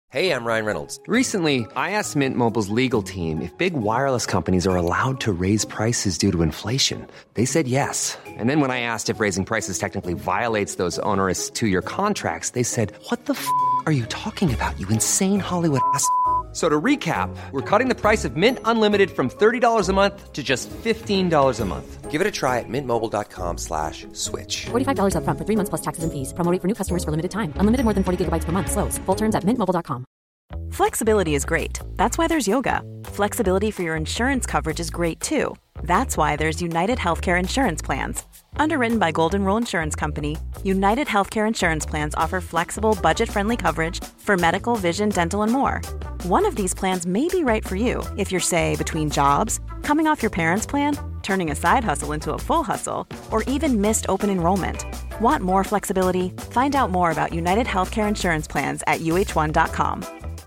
Hey, I'm Ryan Reynolds. Recently, I asked Mint Mobile's legal team if big wireless companies are allowed to raise prices due to inflation. They said yes. And then when I asked if raising prices technically violates those onerous two-year contracts, they said, "What the are you talking about, you insane Hollywood ass?" So to recap, we're cutting the price of Mint Unlimited from $30 a month to just $15 a month. Give it a try at mintmobile.com/switch. $45 up front for 3 months plus taxes and fees. Promo rate for new customers for limited time. Unlimited more than 40 gigabytes per month. Slows full terms at mintmobile.com. Flexibility is great. That's why there's yoga. Flexibility for your insurance coverage is great too. That's why there's United Healthcare Insurance Plans. Underwritten by Golden Rule Insurance Company, United Healthcare Insurance Plans offer flexible, budget-friendly coverage for medical, vision, dental, and more. One of these plans may be right for you if you're, say, between jobs, coming off your parents' plan, turning a side hustle into a full hustle, or even missed open enrollment. Want more flexibility? Find out more about United Healthcare Insurance Plans at uh1.com.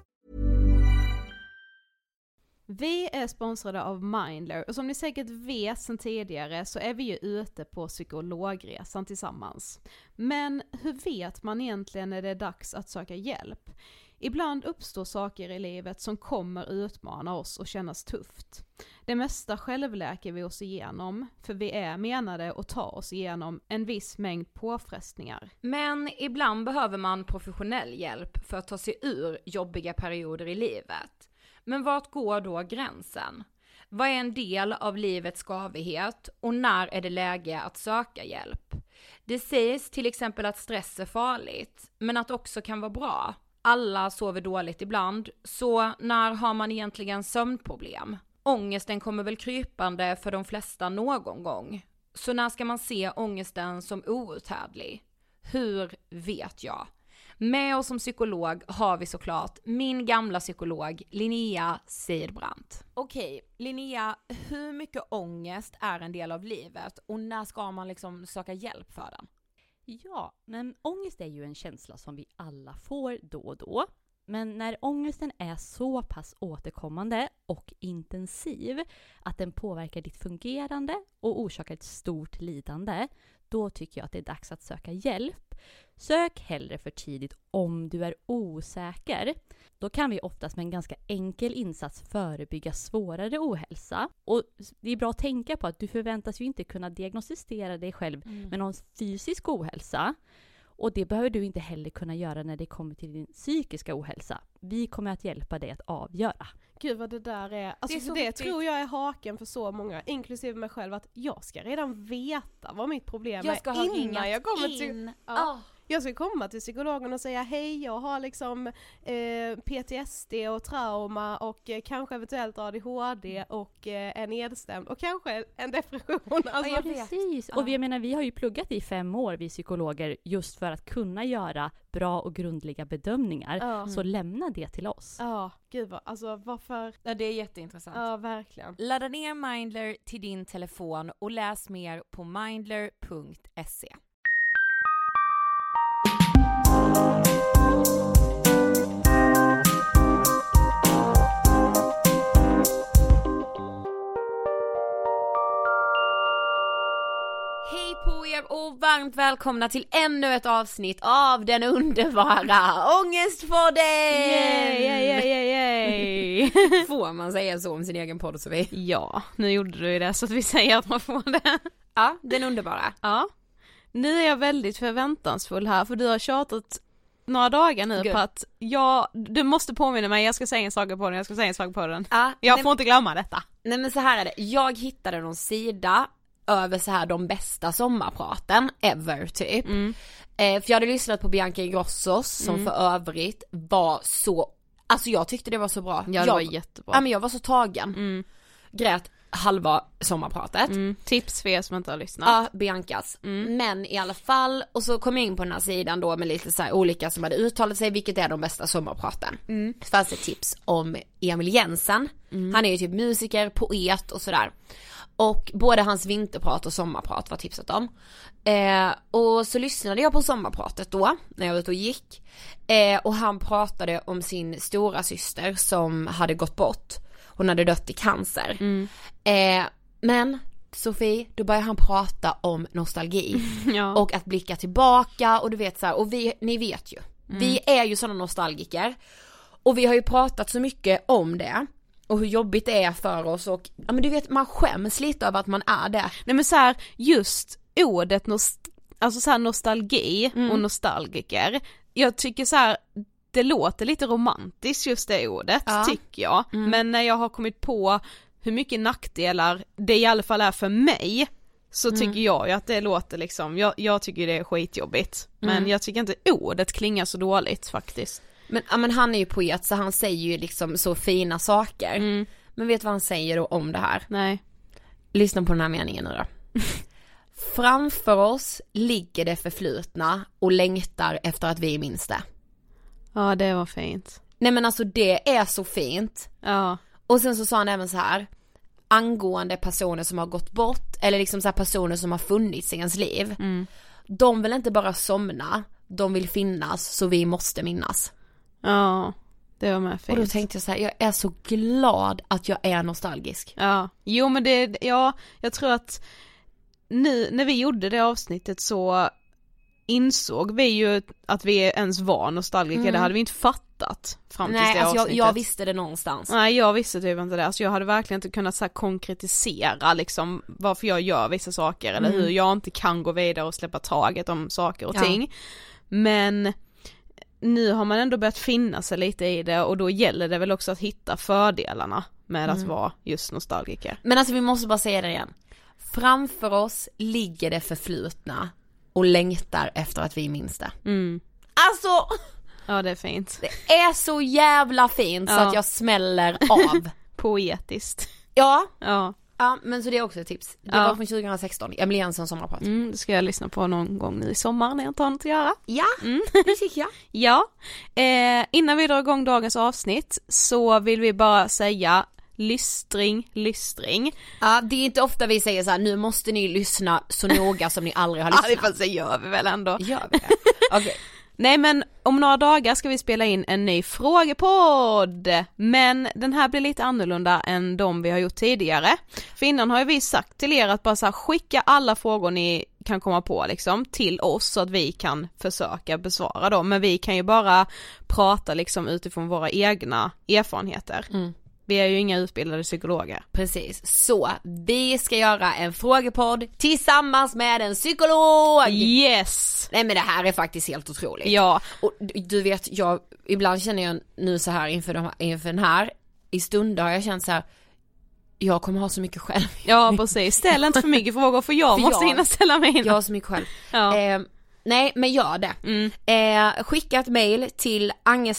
Vi är sponsrade av Mindler och som ni säkert vet sedan tidigare så är vi ju ute på psykologresan tillsammans. Men hur vet man egentligen när det är dags att söka hjälp? Ibland uppstår saker i livet som kommer utmana oss och kännas tufft. Det mesta självläker vi oss igenom för vi är menade att ta oss igenom en viss mängd påfrestningar. Men ibland behöver man professionell hjälp för att ta sig ur jobbiga perioder i livet. Men vart går då gränsen? Vad är en del av livets skavighet och när är det läge att söka hjälp? Det sägs till exempel att stress är farligt, men att också kan vara bra. Alla sover dåligt ibland, så när har man egentligen sömnproblem? Ångesten kommer väl krypande för de flesta någon gång. Så när ska man se ångesten som outhärdlig? Hur vet jag? Med oss som psykolog har vi såklart min gamla psykolog Linnea Seidbrant. Okej, Linnea, hur mycket ångest är en del av livet och när ska man liksom söka hjälp för den? Ja, men ångest är ju en känsla som vi alla får då och då. Men när ångesten är så pass återkommande och intensiv att den påverkar ditt fungerande och orsakar ett stort lidande, då tycker jag att det är dags att söka hjälp. Sök hellre för tidigt om du är osäker. Då kan vi oftast med en ganska enkel insats förebygga svårare ohälsa. Och det är bra att tänka på att du förväntas ju inte kunna diagnostisera dig själv med någon fysisk ohälsa. Och det behöver du inte heller kunna göra när det kommer till din psykiska ohälsa. Vi kommer att hjälpa dig att avgöra. Gud vad det där är. Alltså det tror jag är haken för så många, inklusive mig själv, att jag ska redan veta vad mitt problem är innan jag kommer till... Ja. Jag ska komma till psykologen och säga hej, jag har liksom PTSD och trauma och kanske eventuellt ADHD och är nedstämd och kanske en depression. Alltså. Ja, precis. Och jag menar, vi har ju pluggat i 5 år, vi psykologer, just för att kunna göra bra och grundliga bedömningar. Så lämna det till oss. Ja, gud vad, alltså varför? Ja, det är jätteintressant. Ja, verkligen. Ladda ner Mindler till din telefon och läs mer på mindler.se. Hej på er och varmt välkomna till ännu ett avsnitt av den underbara Ångestpodden! Yay. Får man säga så om sin egen podd, Sofie? Ja, nu gjorde du det så att vi säger att man får det. Ja, den underbara. Ja. Nu är jag väldigt förväntansfull här för du har tjatat några dagar nu på att du måste påminna mig, jag ska säga en sak på den, jag får inte glömma detta. Nej men så här är det, jag hittade någon sida över så här de bästa sommarpraten ever typ. För jag hade lyssnat på Bianca Ingrossos som för övrigt var så, alltså jag tyckte det var så bra. Ja, det var jättebra. Ja, men jag var så tagen. Grät halva sommarpratet. Tips för er som inte har lyssnat. Ja, Biancas. Men i alla fall, och så kom jag in på den här sidan då med lite så här olika som hade uttalat sig, vilket är de bästa sommarpraten. Det fanns ett tips om Emil Jensen. Han är ju typ musiker, poet och sådär. Och både hans vinterprat och sommarprat var tipsat om. Och så lyssnade jag på sommarpratet då, när jag var ute och gick. Och han pratade om sin stora syster som hade gått bort. Hon hade dött i cancer. Men Sofie, då började han prata om nostalgi. Och att blicka tillbaka. Och du vet så här, och ni vet ju. Vi är ju sådana nostalgiker. Och vi har ju pratat så mycket om det. Och hur jobbigt det är för oss. Och ja, men du vet, man skäms lite över att man är det. Nej men så här, just ordet alltså så här nostalgi och nostalgiker. Jag tycker så här, det låter lite romantiskt just det ordet, tycker jag. Men när jag har kommit på hur mycket nackdelar det i alla fall är för mig, så tycker jag ju att det låter liksom, jag tycker det är skitjobbigt. Men jag tycker inte ordet klingar så dåligt faktiskt. Men han är ju poet, så han säger ju liksom så fina saker. Men vet vad han säger då om det här? Nej. Lyssna på den här meningen nu då. Framför oss ligger det förflutna och längtar efter att vi minns det. Ja, det var fint. Nej men alltså det är så fint. Ja. Och sen så sa han även så här, angående personer som har gått bort, eller liksom så här personer som har funnits i ens liv. De vill inte bara somna, de vill finnas, så vi måste minnas. Ja, det var med fint. Och då tänkte jag så här, jag är så glad att jag är nostalgisk. Ja, jo men jag tror att nu när vi gjorde det avsnittet så insåg vi ju att vi ens var nostalgiker. Det hade vi inte fattat fram till det avsnittet. Jag visste det någonstans. Nej, jag visste typ inte det. Alltså jag hade verkligen inte kunnat så här konkretisera liksom varför jag gör vissa saker eller hur jag inte kan gå vidare och släppa taget om saker och ting. Men nu har man ändå börjat finna sig lite i det, och då gäller det väl också att hitta fördelarna med att vara just nostalgiker. Men alltså vi måste bara säga det igen. Framför oss ligger det förflutna och längtar efter att vi minns det. Alltså, ja, det är fint. Det är så jävla fint så att jag smäller av. Poetiskt. Ja, men så det är också ett tips. Det var från 2016, Emily Jensen sommarprat. Det ska jag lyssna på någon gång nu i sommar när jag inte har något att göra. Ja, det tycker jag. Ja, innan vi drar igång dagens avsnitt så vill vi bara säga lystring. Ja, det är inte ofta vi säger så här, nu måste ni lyssna så noga som ni aldrig har lyssnat. Ja, det gör vi väl ändå. Gör vi det? Okej. Nej, men om några dagar ska vi spela in en ny frågepodd, men den här blir lite annorlunda än de vi har gjort tidigare. För innan har ju vi sagt till er att bara så här, skicka alla frågor ni kan komma på liksom till oss så att vi kan försöka besvara dem, men vi kan ju bara prata liksom utifrån våra egna erfarenheter. Vi är ju inga utbildade psykologer. Precis, så vi ska göra en frågepodd tillsammans med en psykolog. Yes! Nej men det här är faktiskt helt otroligt. Ja. Och du vet, ibland känner jag nu så här inför den här, i stunder har jag känt så här, jag kommer ha så mycket själv. Ja precis, ställ inte för mycket frågor för jag måste hinna ställa mig in. Jag har så mycket själv. Ja. Nej, men gör det. Skicka ett mejl till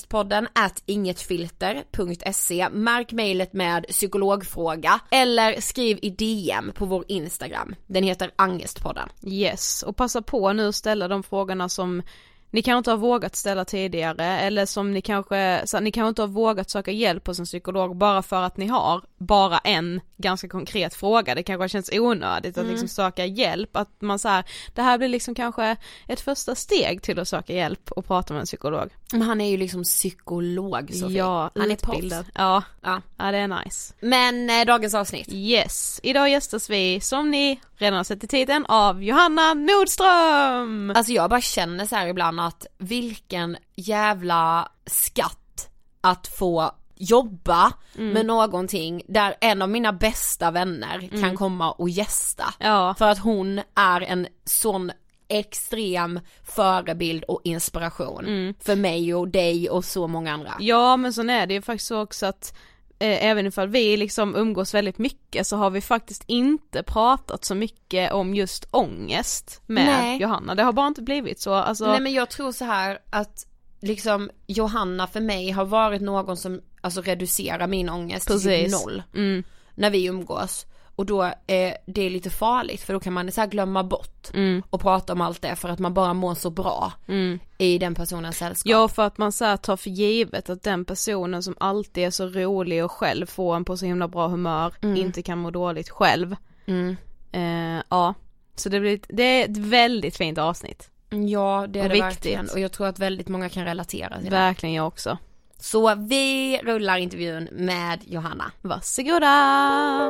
angestpodden@ingetfilter.se. Märk mejlet med psykologfråga eller skriv i DM på vår Instagram. Den heter Angestpodden. Yes, och passa på nu att ställa de frågorna som ni kanske inte har vågat ställa tidigare, eller som ni kanske inte har vågat söka hjälp hos en psykolog bara för att ni har bara en ganska konkret fråga. Det kanske känns onödigt att liksom söka hjälp, att man så här, det här blir liksom kanske ett första steg till att söka hjälp och prata med en psykolog. Men han är ju liksom psykolog, Sofie. Ja, han utbildad. Är ja, det är nice. Men dagens avsnitt. Yes, idag gästas vi, som ni redan har sett i titeln, av Johanna Nordström. Alltså jag bara känner så här ibland att vilken jävla skatt att få jobba med någonting där en av mina bästa vänner kan komma och gästa. Ja. För att hon är en sån extrem förebild och inspiration för mig och dig och så många andra. Ja, men så är det ju faktiskt så också att även ifall vi liksom umgås väldigt mycket så har vi faktiskt inte pratat så mycket om just ångest med Johanna. Det har bara inte blivit så. Alltså... Nej, men jag tror så här att liksom Johanna för mig har varit någon som alltså reducerar min ångest till 0 när vi umgås. Och då är det lite farligt, för då kan man så här glömma bort och prata om allt det för att man bara mår så bra i den personens sällskap. Ja, för att man så här tar för givet att den personen som alltid är så rolig och själv får en på så himla bra humör inte kan må dåligt själv. Ja, så det är ett väldigt fint avsnitt. Ja, det är det viktigt. Verkligen. Och jag tror att väldigt många kan relatera till det. Verkligen, jag också. Så vi rullar intervjun med Johanna. Varsågoda!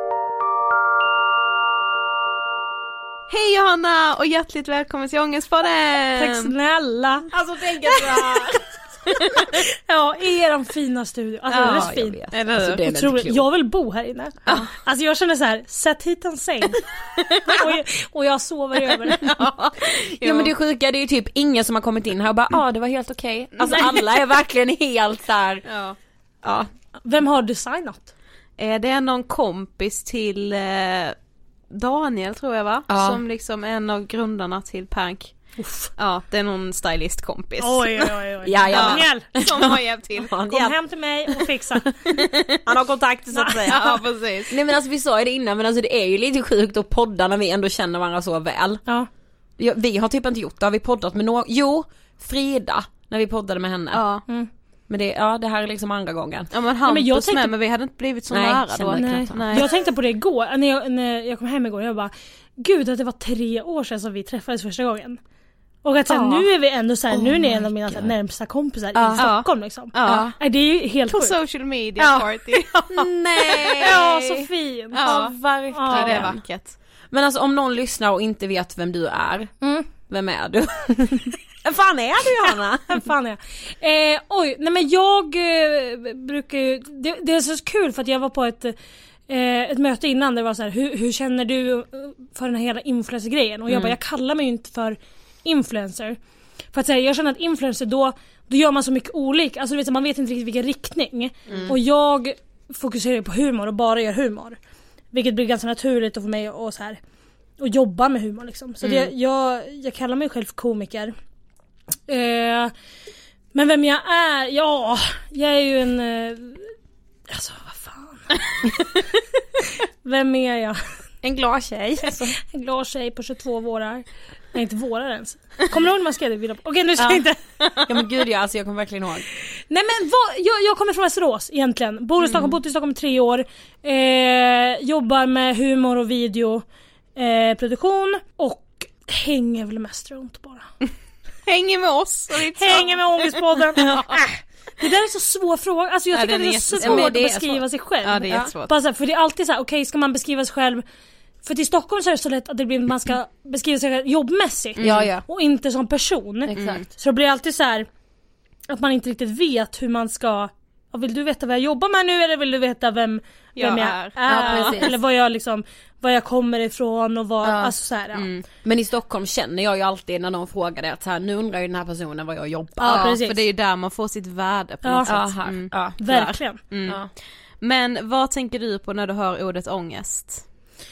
Hej Johanna och hjärtligt välkommen till Ångestpodden! Tack snälla! Alltså tänk att Ja, i eran fina studio. Alltså det är så fin. Alltså, det är otroligt. Jag vill bo här inne. Alltså jag känner så här, sätt hit en säng. och jag sover över. Ja men det sjuka, det är ju typ ingen som har kommit in här och bara det var helt okej. Alltså alla är verkligen helt så här. Ja. Vem har designat? Det är någon kompis till Daniel tror jag va? Ja. Som liksom är en av grundarna till Pank. Ja, det är någon stylistkompis. Oj. Ja. Daniel, Som har hjälpt till. kom hem till mig och fixa. Han har kontakt så att säga. Ja, precis. Nej men alltså vi sa ju det innan, men alltså det är ju lite sjukt att podda när vi ändå känner varandra så väl. Ja. Vi har typ inte gjort det, har vi poddat med Frida, när vi poddade med henne. Ja. Men det här är liksom andra gången. Ja men Hampus jag tänkte... men vi hade inte blivit så Nej, nära då. Nej. Jag tänkte på det igår, när jag kom hem igår, jag bara, gud att det var 3 år sedan som vi träffades första gången. Och att nu är vi ändå såhär, nu är ni en av mina närmsta kompisar i Stockholm liksom. Det är ju helt på sjukt. social media party. Nej. Ja, så fint. Ja, verkligen. Ja, det är vackert. Men alltså om någon lyssnar och inte vet vem du är, vem är du? Vem fan är du, Johanna? Vem fan är jag? Nej men jag brukar ju, det är så kul för att jag var på ett möte innan där det var så här, hur känner du för den här hela influencer-grejen? Och jag bara, jag kallar mig ju inte för influencer. För att säga, jag känner att influencer då gör man så mycket olika. Alltså du vet, man vet inte riktigt vilken riktning. Och jag fokuserar på humor och bara gör humor. Vilket blir ganska naturligt för mig och så här och jobba med humor liksom. Så jag kallar mig själv komiker. Men vem jag är? Ja, jag är ju en alltså vad fan. Vem är jag? En glad tjej. En glad tjej på 22 vårar. Nej, inte vårar ens. Kommer du ihåg när man skrev det? Okej, nu ska jag inte. Ja men gud alltså jag kommer verkligen ihåg. Nej men jag kommer från Västerås egentligen. Bor i Stockholm, bott i Stockholm i 3 år. Jobbar med humor och video produktion och hänger väl mest runt bara. Hänger med oss. Hänger med Ångestpodden. Det där är så svår fråga. Alltså jag tycker det är så svårt att beskriva sig själv. Ja, det är jättesvårt. Bara så här, för det är alltid så här, okej, ska man beskriva sig själv. För till Stockholm så är det så lätt att det blir, man ska beskriva sig själv jobbmässigt. Och inte som person. Exakt. Så det blir alltid så här att man inte riktigt vet hur man ska. Vill du veta vad jag jobbar med nu eller vill du veta vem jag är? Ja, eller vad jag kommer ifrån och vad alltså så här, Men i Stockholm känner jag ju alltid när någon frågar det att så här, nu undrar ju den här personen vad jag jobbar. Ja, precis. För det är ju där man får sitt värde på något sätt. Verkligen. Men vad tänker du på när du hör ordet ångest?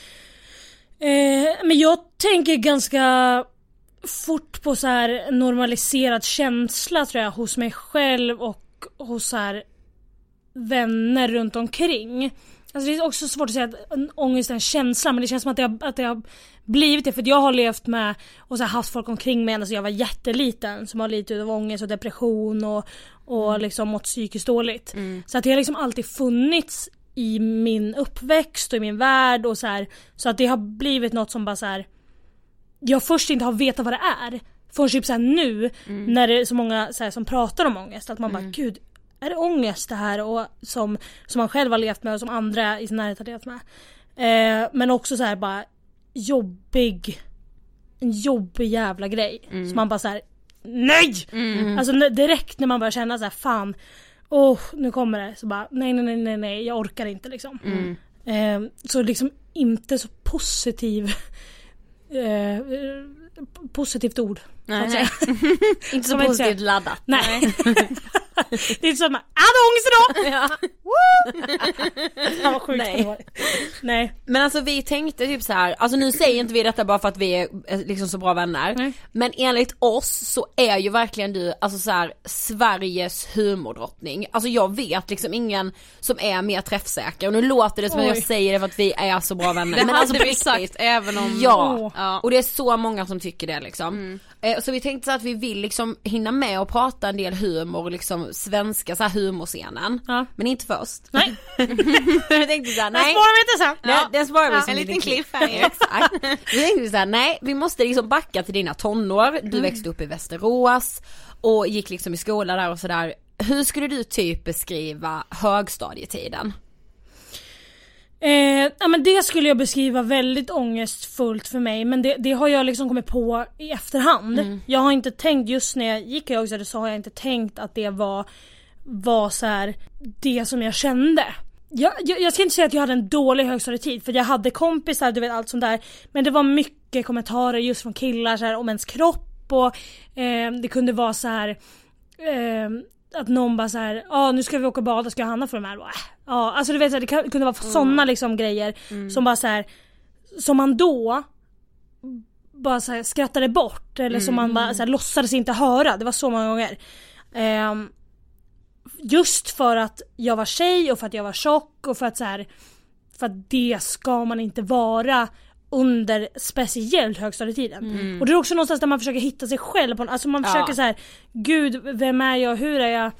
Men jag tänker ganska fort på så här normaliserad känsla tror jag hos mig själv och hos så här vänner runt omkring. Alltså det är också svårt att säga att ångest är en känsla, men det känns som att det har blivit det, för att jag har levt med och så här haft folk omkring mig när jag var jätteliten som har lidit av ångest och depression och liksom mått psykiskt dåligt. Så att det har liksom alltid funnits i min uppväxt och i min värld och så här, så att det har blivit något som bara så här, jag först inte har vetat vad det är förrän typ så här nu när det är så många så här, som pratar om ångest, att man bara gud, är det ångest det här och som man själv har levt med och som andra i sin närhet har levt med. Men också så här bara en jobbig jävla grej. Så man bara så här, nej! Alltså direkt när man börjar känna så här, fan, nu kommer det. Så bara, nej, jag orkar inte liksom. Så liksom inte så positivt ord. Nej. Inte så positivt laddat. Nej. Det är inte så att man hade ångest idag. Vad sjukt det var. Nej. Men alltså vi tänkte typ så här, alltså nu säger inte vi detta bara för att vi är liksom så bra vänner. Nej. Men enligt oss så är ju verkligen du alltså så här Sveriges humordrottning. Alltså jag vet liksom ingen som är mer träffsäker. Och nu låter det som att jag säger det för att vi är så bra vänner. Det men hade alltså vi sagt även om... Ja, och det är så många som tycker det liksom. Så vi tänkte så att vi vill liksom hinna med och prata en del humor, liksom svenska så här humorscenen. Men inte först. Nej. Jag tänkte så här, nej. Den sparar vi inte sen. Den sparar vi som en liten cliffhanger. Exakt. Vi tänkte så här, nej, vi måste liksom backa till dina tonår. Du växte upp i Västerås och gick liksom i skola där och så där. Hur skulle du typ beskriva högstadietiden? Ja, men det skulle jag beskriva väldigt ångestfullt för mig. Men det har jag liksom kommit på i efterhand. Jag har inte tänkt, just när jag gick i högstadiet så har jag inte tänkt att det var så här det som jag kände. Jag ska inte säga att jag hade en dålig högstadietid, för jag hade kompisar, du vet, allt sånt där. Men det var mycket kommentarer just från killar så här, om ens kropp. Och det kunde vara så här att någon bara så här, nu ska vi åka och bada, ska Hanna för de här? Ja, alltså du vet så här, det kunde vara såna liksom grejer som bara så här, som man då bara så här skrattade bort, eller som man bara så här låtsades inte höra. Det var så många gånger. Just för att jag var tjej och för att jag var tjock och för att så här, för att det ska man inte vara under speciellt högstadietiden. Och det är också någonstans där man försöker hitta sig själv på, alltså man försöker så här, gud, vem är jag, hur är jag?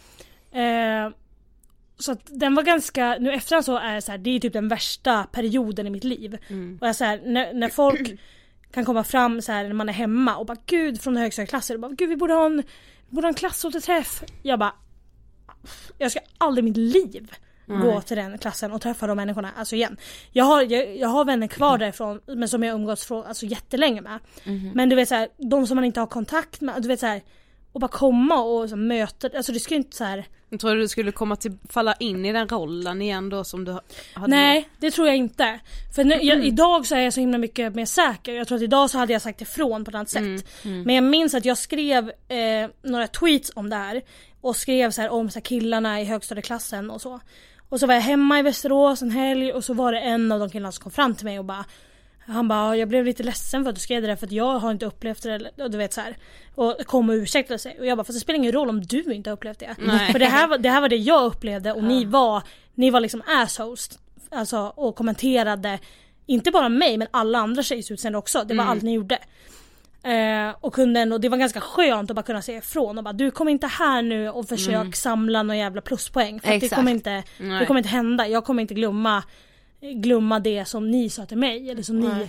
Så att den var ganska, nu efterhand så är det så här, det är typ den värsta perioden i mitt liv. Och jag så här, när folk kan komma fram så här när man är hemma och bara, gud, från högstadieklasser, och bara, gud, vi borde ha en klassåterträff. Jag bara, jag ska aldrig i mitt liv gå till den klassen och träffa de människorna alltså igen. Jag har vänner kvar därifrån, men som jag umgåtts från alltså jättelänge med. Men du vet så här, de som man inte har kontakt med, du vet så här, och bara komma och så möta, alltså det ska ju inte så här. Jag tror du skulle komma till falla in i den rollen igen då som du hade. Nej, det tror jag inte. För nu, idag så är jag så himla mycket mer säker. Jag tror att idag så hade jag sagt ifrån på ett annat sätt. Men jag minns att jag skrev några tweets om det här och skrev så här om så här killarna i högstadieklassen och så. Och så var jag hemma i Västerås en helg och så var det en av de killarna som kom fram till mig och bara, han bara, jag blev lite ledsen för att du skrev det där, för att jag har inte upplevt det, och du vet så här, och kom och ursäktade sig. Och jag bara, fast det spelar ingen roll om du inte har upplevt det. För det här var det jag upplevde, och ni var liksom assholes, alltså, och kommenterade inte bara mig men alla andra tjejs utseende också. Det var allt ni gjorde. Och det var ganska skönt att bara kunna säga ifrån och bara, du kommer inte här nu och försök samla någon jävla pluspoäng, för det kommer inte hända. Jag kommer inte glömma det som ni sa till mig, eller som ni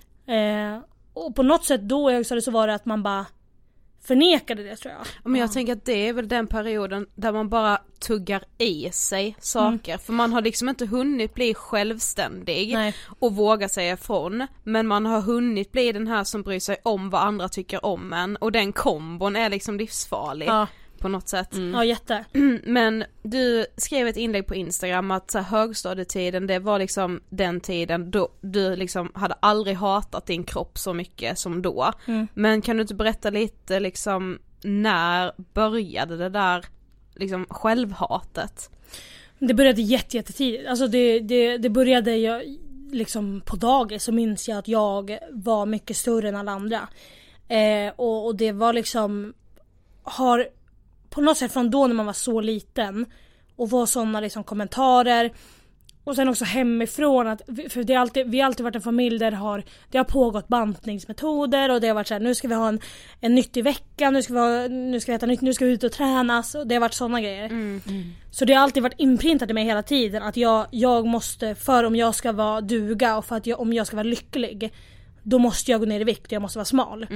och på något sätt då så var det att man bara förnekade det, tror jag. Men jag tänker att det är väl den perioden där man bara tuggar i sig saker. För man har liksom inte hunnit bli självständig och våga säga ifrån. Men man har hunnit bli den här som bryr sig om vad andra tycker om en. Och den kombon är liksom livsfarlig på något sätt. Ja, jätte. Men du skrev ett inlägg på Instagram att så här, högstadietiden, det var liksom den tiden då du liksom hade aldrig hatat din kropp så mycket som då. Men kan du inte berätta lite liksom, när började det där liksom självhatet? Det började jättetidigt. Alltså det började jag liksom på dagis, så minns jag att jag var mycket större än alla andra. Och det var liksom på något sätt från då när man var så liten och var sådana liksom kommentarer, och sen också hemifrån att, för vi har alltid varit en familj där det har pågått bantningsmetoder, och det har varit så här, nu ska vi ha en nyttig vecka, nu ska vi äta nytt, nu ska vi ut och tränas, och det har varit sådana grejer. Så det har alltid varit inprintat i mig hela tiden att jag måste, för om jag ska vara duga och för att om jag ska vara lycklig, då måste jag gå ner i vikt, jag måste vara smal.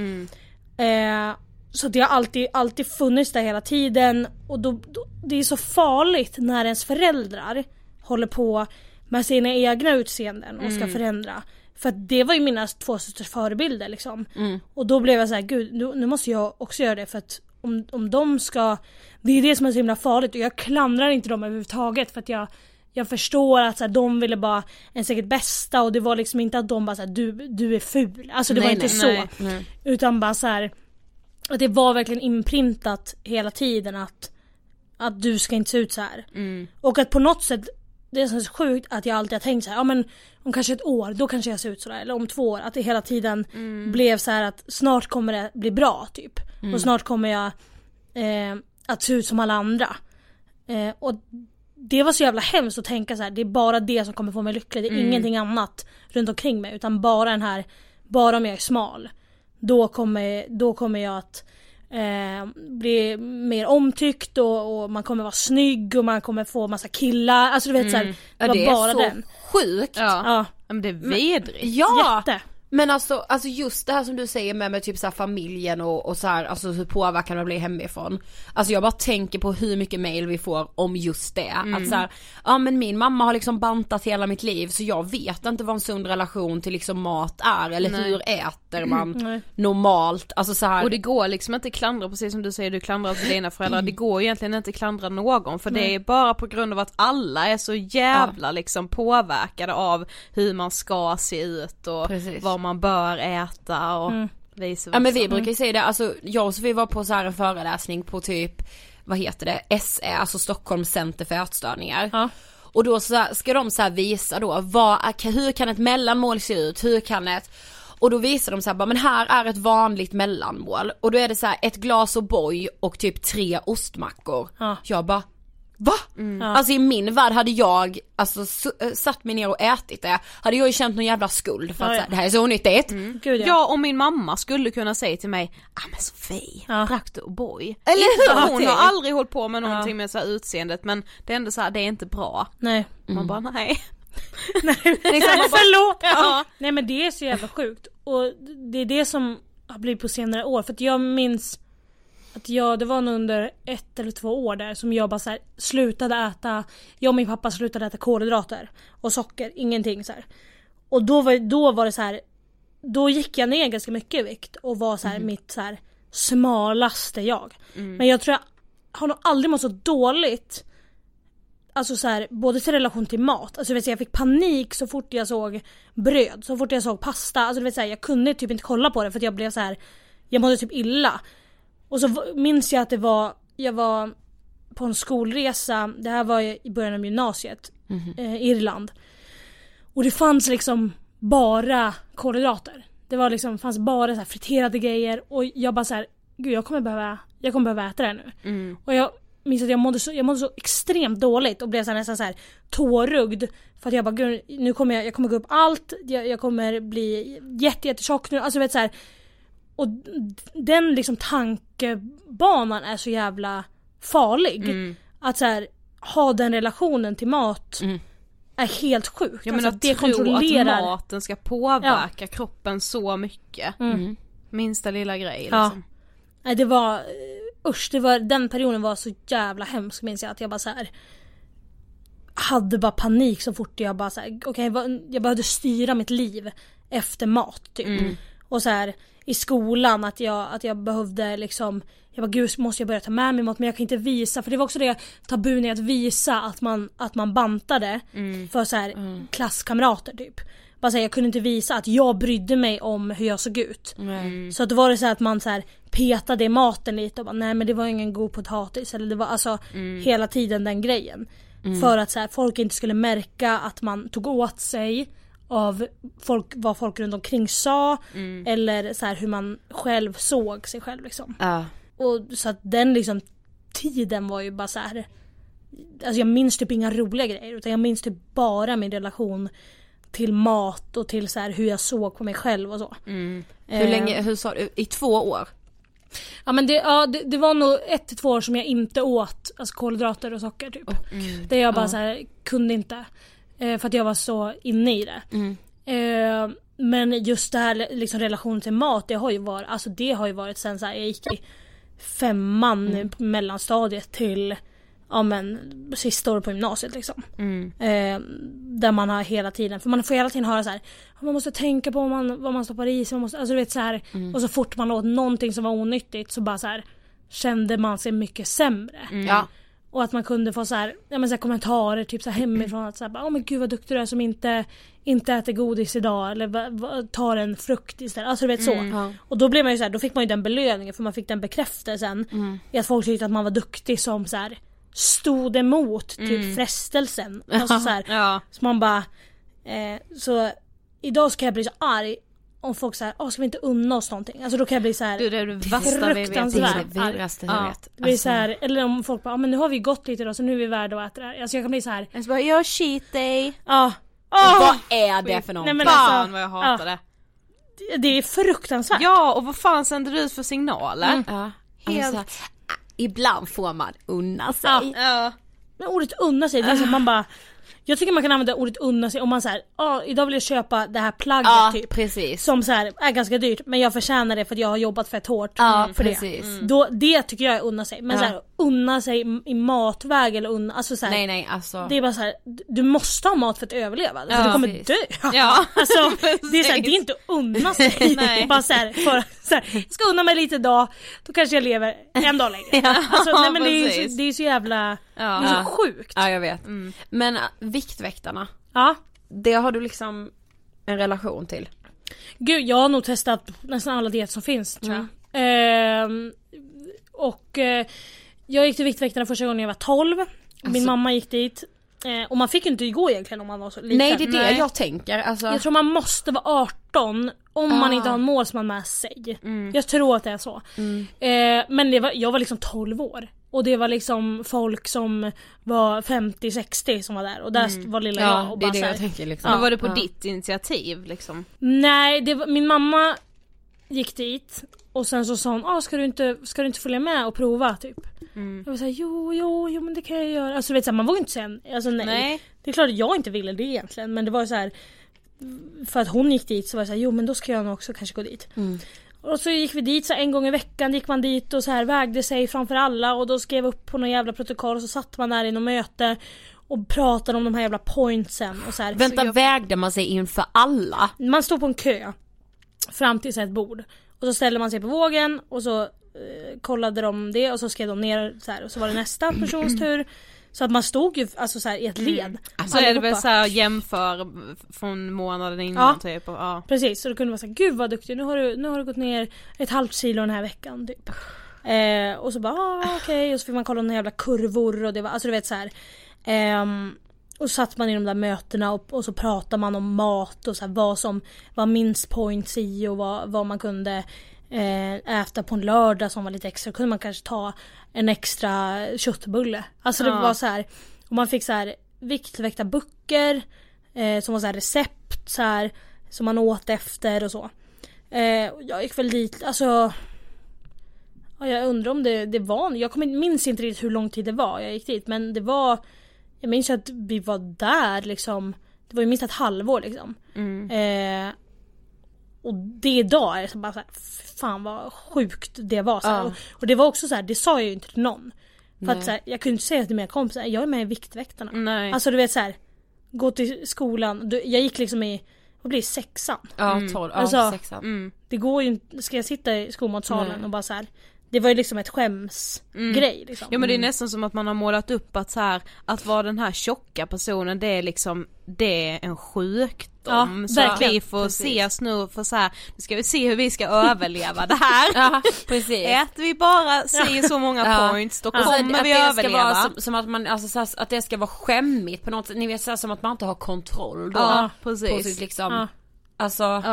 Så det har alltid funnits där hela tiden. Och då, det är så farligt när ens föräldrar håller på med sina egna utseenden och ska förändra. För att det var ju mina 2 systers förebilder liksom. Och då blev jag så här, gud, nu måste jag också göra det. För att om de ska, det är det som är så himla farligt. Och jag klandrar inte dem överhuvudtaget, för att jag förstår att så här, de ville bara ens eget bästa. Och det var liksom inte att de bara så här, du är ful. Alltså det var inte så. Utan bara så här, att det var verkligen inprintat hela tiden att du ska inte se ut så här. Och att på något sätt, det är så sjukt att jag alltid har tänkt så här, ja men om kanske 1 år, då kanske jag ser ut så där, eller om 2 år, att det hela tiden blev så här att snart kommer det bli bra typ. Och snart kommer jag att se ut som alla andra. Och det var så jävla hemskt att tänka så här, det är bara det som kommer få mig lycklig, det är ingenting annat runt omkring mig, utan bara om jag är smal. Då kommer jag att bli mer omtyckt, och man kommer vara snygg, och man kommer få massa killar. Alltså du vet så här, det var är bara så den. Sjukt. Ja. Men det är vidrigt. Ja. Jätte. Men alltså just det här som du säger med typ så här familjen och så här, alltså hur påverkan det blir hemifrån. Alltså jag bara tänker på hur mycket mail vi får om just det. Att så här, ja men min mamma har liksom bantat hela mitt liv så jag vet inte vad en sund relation till liksom mat är. Eller hur äter man normalt. Alltså så här. Och det går liksom inte klandra, precis som du säger, du klandrar till dina föräldrar. Det går egentligen inte klandra någon. För det är bara på grund av att alla är så jävla liksom påverkade av hur man ska se ut och vad man bör äta och vice versa. Ja men vi brukar ju säga det, alltså jag och Sofie var på så här en föreläsning på typ, vad heter det, SE, alltså Stockholms center för ätstörningar. Ja. Och då så här, ska de så här visa då, hur kan ett mellanmål se ut, hur kan ett... Och då visar de så här, men här är ett vanligt mellanmål. Och då är det så här, ett glas O'boy och typ 3 ostmackor. Ja. Jag bara, va? Alltså i min värld hade jag alltså satt mig ner och ätit det. Hade jag ju känt någon jävla skuld för att så här, det här är så onyttigt. Gud, ja, och min mamma skulle kunna säga till mig, men Sofie, drack du O'boy? Eller hon har aldrig hållit på med någonting med så här utseendet, men det är ändå så här, det är inte bra. Nej. Man bara, nej. Förlåt. Ja. Nej men det är så jävla sjukt. Och det är det som har blivit på senare år. För att jag minns att det var nog under 1 eller 2 år där som jag bara så här slutade äta. Jag och min pappa slutade äta kolhydrater och socker, ingenting så här. Och då var det så här, då gick jag ner ganska mycket i vikt och var så här mitt så här smalaste jag. Men jag tror jag har nog aldrig mått så dåligt. Alltså så här, både till relation till mat. Alltså jag fick panik så fort jag såg bröd, så fort jag såg pasta. Alltså du vet så här, jag kunde typ inte kolla på det för att jag blev så här, jag mådde typ illa. Och så minns jag att jag var på en skolresa. Det här var i början av gymnasiet, Irland. Och det fanns liksom bara kolhydrater. Det var liksom, fanns bara så här friterade grejer. Och jag bara så här, gud jag kommer behöva äta det nu. Och jag minns att jag mådde så extremt dåligt och blev så nästan så här tårögd för att jag bara, gud, nu kommer jag kommer gå upp allt, jag kommer bli jättetjock nu, alltså vet så här. Och den liksom tankebanan är så jävla farlig. Att så här, ha den relationen till mat är helt sjukt. Jag menar alltså, det kontrollerar att maten ska påverka kroppen så mycket. Minsta lilla grej liksom. Nej, det var den perioden var så jävla hemsk, minns jag, att jag bara så här hade bara panik så fort jag bara så här, jag behövde styra mitt liv efter mat typ. Och så här i skolan att jag behövde liksom, jag bara, gud måste jag börja ta med mig mat, men jag kan inte visa, för det var också det tabun i att visa att man bantade för så här klasskamrater typ. Bara så här, jag kunde inte visa att jag brydde mig om hur jag såg ut. Så att det var det så här att man så här petade i maten lite och bara, nej men det var ingen god potatis, eller det var alltså hela tiden den grejen. För att så här, folk inte skulle märka att man tog åt sig av vad folk runt omkring sa eller så här hur man själv såg sig själv liksom. Och så att den liksom tiden var ju bara så här, alltså jag minns typ inga roliga grejer, utan jag minns typ bara min relation till mat och till så här hur jag såg på mig själv och så. Hur länge, hur sa du, i 2 år? Ja men det var nog 1 till 2 år som jag inte åt alltså kolhydrater och socker typ. Det jag bara så här kunde inte för att jag var så inne i det. Men just det här liksom relation till mat, det har ju varit sen så här, jag gick i 5:an på mellanstadiet till sista året på gymnasiet liksom. Där man har hela tiden, för man får hela tiden höra så här, man måste tänka på vad man stoppar i sig, alltså du vet så här, och så fort man åt någonting som var onyttigt så bara så här kände man sig mycket sämre. Och att man kunde få så här, så här kommentarer typ så här hemifrån att så här, men gud vad duktig du är som inte äter godis idag, eller tar en frukt istället, alltså du vet så. Och då blev man ju så här, då fick man ju den belöningen, för man fick den bekräftelsen i att folk tyckte att man var duktig som så här stod emot typ frestelsen. Alltså så här, så man bara så idag ska jag bli så arg om folk säger, ska vi inte unna oss någonting? Alltså då kan jag bli så här, det är det värsta vi vet. Det värsta jag vet. Det blir så här, eller om folk bara, men nu har vi gått lite idag så nu är vi värda att äta det här. Alltså jag kan bli så här, jag bara, jag cheat day. Vad är det för någonting? Nej, men fan vad jag hatar det. Det är fruktansvärt. Ja, och vad fan sänder du ut för signaler? Helt. Alltså, ibland får man unna sig. Men ordet unna sig, det är så man bara, Jag tycker man kan använda ordet unna sig om man säger, idag vill jag köpa det här plagget typ. Precis. Som så här är ganska dyrt, men jag förtjänar det för att jag har jobbat fett hårt för precis. det. Då, det tycker jag är unna sig. Men så här, unna sig i matväg eller alltså så här, nej, alltså. det är bara så här, du måste ha mat för att överleva. För du kommer dö. Ja. Alltså, det är så här, det är inte unna sig. Nej. Bara så här, jag ska unna mig lite idag, då kanske jag lever en dag längre. Alltså, nej, men det är så jävla det är så sjukt. Ja, jag vet. Men Viktväktarna. Ja. Det har du liksom en relation till. Gud, jag har nog testat nästan alla dieter som finns, tror jag. Jag gick till Viktväktarna första gången jag var 12. Min mamma gick dit. Och man fick ju inte gå egentligen om man var så liten. Nej, det är det jag tänker. Alltså. Jag tror man måste vara 18 om man inte har en målsman med sig. Jag tror att det är så. Men jag var liksom 12 år. Och det var liksom folk som var 50-60 som var där. Och där var lilla jag. Och det är bara det så här, jag tänker liksom. Men var det på ditt initiativ liksom? Nej, min mamma gick dit. Och sen så sa hon, ska du inte följa med och prova typ? Jag var såhär, jo men det kan jag göra. Alltså vet du, man vågar inte säga alltså, nej. Det är klart att jag inte ville det egentligen. Men det var så här, för att hon gick dit så var jag såhär, jo men då ska jag nog också kanske gå dit. Och så gick vi dit så en gång i veckan gick man dit och så här vägde sig framför alla. Och då skrev upp på någon jävla protokoll och så satt man där i något möte och pratade om de här jävla pointsen och så här. Vänta, vägde man sig inför alla? Man stod på en kö fram till ett bord. Och så ställde man sig på vågen och så kollade de det och så skrev de ner så här, och så var det nästa persons tur. Så att man stod ju alltså så här i ett led. Så är det väl så här jämför från månaden innan typ. Och, precis, så det kunde vara så här, gud vad duktig, nu har du gått ner 1,5 kilo den här veckan typ. Och så bara okej. Och så fick man kolla några jävla kurvor och det var, alltså du vet så här. Och så satt man i de där mötena och så pratade man om mat och så här, vad som var minst points i och vad man kunde äta på en lördag som var lite extra. Kunde man kanske ta en extra köttbulle. Alltså det var så här, och man fick så här viktväkta böcker som var så här recept så här, som man åt efter och så. Jag gick väl dit, alltså jag undrar om det var, jag minns inte riktigt hur lång tid det var jag gick dit, men det var, jag minns att vi var där liksom, det var ju minst ett halvår liksom. Och det idag är så bara så här, fan vad sjukt det var så här. Och det var också så här, det sa jag ju inte till någon. För att så här, jag kunde inte säga till mina kompisar, jag är med i Viktväktarna. Nej. Alltså du vet så här, gå till skolan, jag gick liksom i, vad blir 6:an? Ja, 12, alltså, 6:an. Det går ju inte, ska jag sitta i skolmatsalen och bara så här, det var ju liksom ett skämsgrej liksom. Ja, men det är nästan som att man har målat upp att så här, att vara den här tjocka personen, det är liksom, det är en sjukdom. Så att vi får ses nu för så här, nu ska vi se hur vi ska överleva det här. Precis. Äter vi bara så många points, då kommer vi överleva. Vara som att man, alltså, så här, att det ska vara skämmigt på något sätt. Ni vet så här, som att man inte har kontroll då. Ja, precis. På sitt liksom, alltså,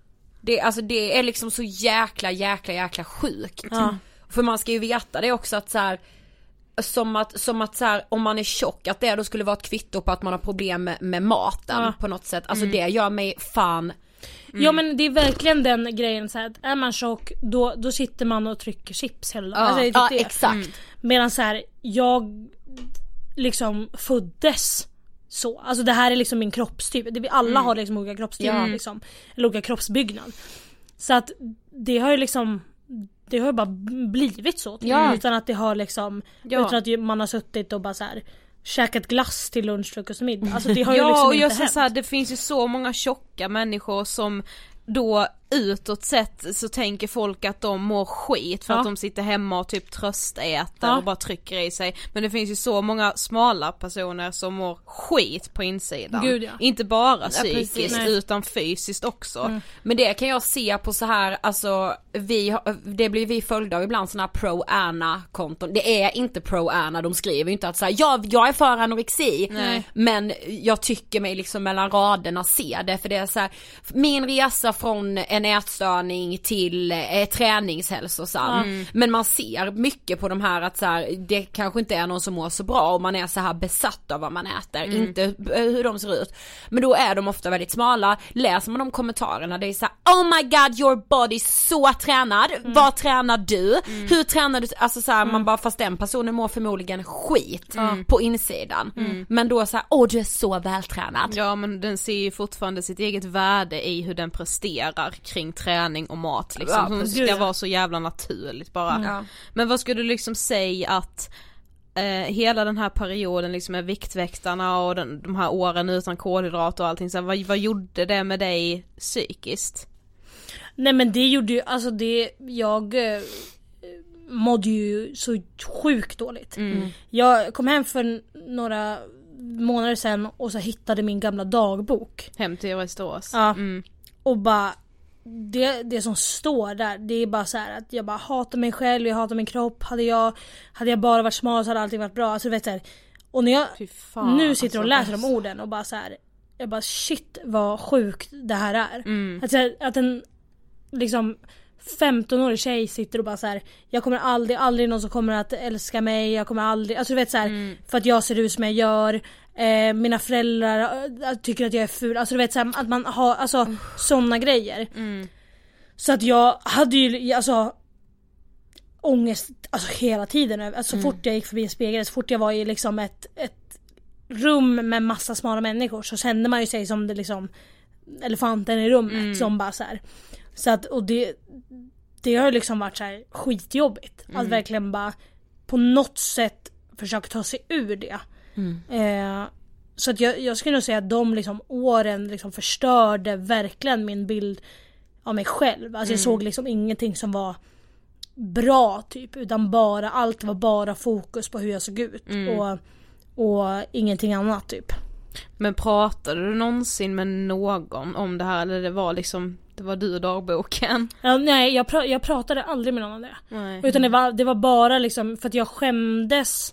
det är liksom så jäkla sjukt. För man ska ju veta det också att så här, som att så här, om man är tjock, att det då skulle vara ett kvitto på att man har problem med maten på något sätt. Alltså det gör mig fan. Ja, men det är verkligen den grejen så här, att är man tjock då sitter man och trycker chips hela dagen. Alltså, exakt. Medan så här, jag liksom föddes så. Alltså det här är liksom min kroppstyp. Vi alla har liksom olika kroppstyper liksom, eller olika kroppsbyggnad. Så att det har ju liksom, det har ju bara blivit så utan att det har liksom utan att man har suttit och bara så här käkat glass till lunch, frukost och middag. Alltså det har ju liksom och inte jag hänt. så här, det finns ju så många tjocka människor som då utåt sett så tänker folk att de mår skit för att de sitter hemma och typ tröstäter och bara trycker i sig. Men det finns ju så många smala personer som mår skit på insidan. Gud, inte bara psykiskt utan fysiskt också. Men det kan jag se på så här, alltså det blir vi följda av ibland såna här pro-Anna-konton. Det är inte pro-Anna, de skriver ju inte att så här, jag är för anorexi. Men jag tycker mig liksom mellan raderna se det, för det är så här, min resa från en ätstörning till träningshälsosam. Men man ser mycket på de här att så här, det kanske inte är någon som mår så bra och man är så här besatt av vad man äter, inte hur de ser ut. Men då är de ofta väldigt smala. Läser man de kommentarerna, det är så här, oh my god, your body is så tränad. Vad tränar du? Hur tränar du? Alltså så här, man bara, fast den personen mår förmodligen skit på insidan. Men då så här, du är så vältränad. Ja, men den ser ju fortfarande sitt eget värde i hur den presterar kring träning och mat liksom. Hon ska vara så jävla naturligt bara. Men vad skulle du liksom säga att hela den här perioden liksom med Viktväktarna och de här åren utan kolhydrater och allting, så vad gjorde det med dig psykiskt? Nej, men det gjorde ju, alltså jag mådde ju så sjukt dåligt. Jag kom hem för några månader sedan och så hittade min gamla dagbok hem till Västerås. Ja. Och bara det som står där, det är bara så här att jag bara hatar mig själv, jag hatar min kropp. Hade jag bara varit smal så hade allting varit bra. Alltså vet du, och när jag nu sitter och läser de orden och bara så här, jag bara shit vad sjukt det här är. Att en liksom 15-årig tjej sitter och bara så här, jag kommer aldrig någon som kommer att älska mig, jag kommer aldrig, alltså du vet så här, för att jag ser ut som jag gör, mina föräldrar tycker att jag är ful, alltså du vet så här, att man har alltså såna grejer. Så att jag hade ju alltså ångest alltså hela tiden, alltså så fort jag gick förbi en spegel, så fort jag var i liksom ett rum med massa smala människor, så kände man ju sig som det liksom elefanten i rummet som bara så här. Så att, och det har liksom varit så här skitjobbigt att verkligen bara på något sätt försöka ta sig ur det. Så att jag skulle nog säga att de liksom åren liksom förstörde verkligen min bild av mig själv. Alltså jag såg liksom ingenting som var bra typ, utan allt var bara fokus på hur jag såg ut och ingenting annat typ. Men pratade du någonsin med någon om det här, eller det var du och dagboken? Ja, nej, jag pratade aldrig med någon om det. Nej. Utan det var bara liksom för att jag skämdes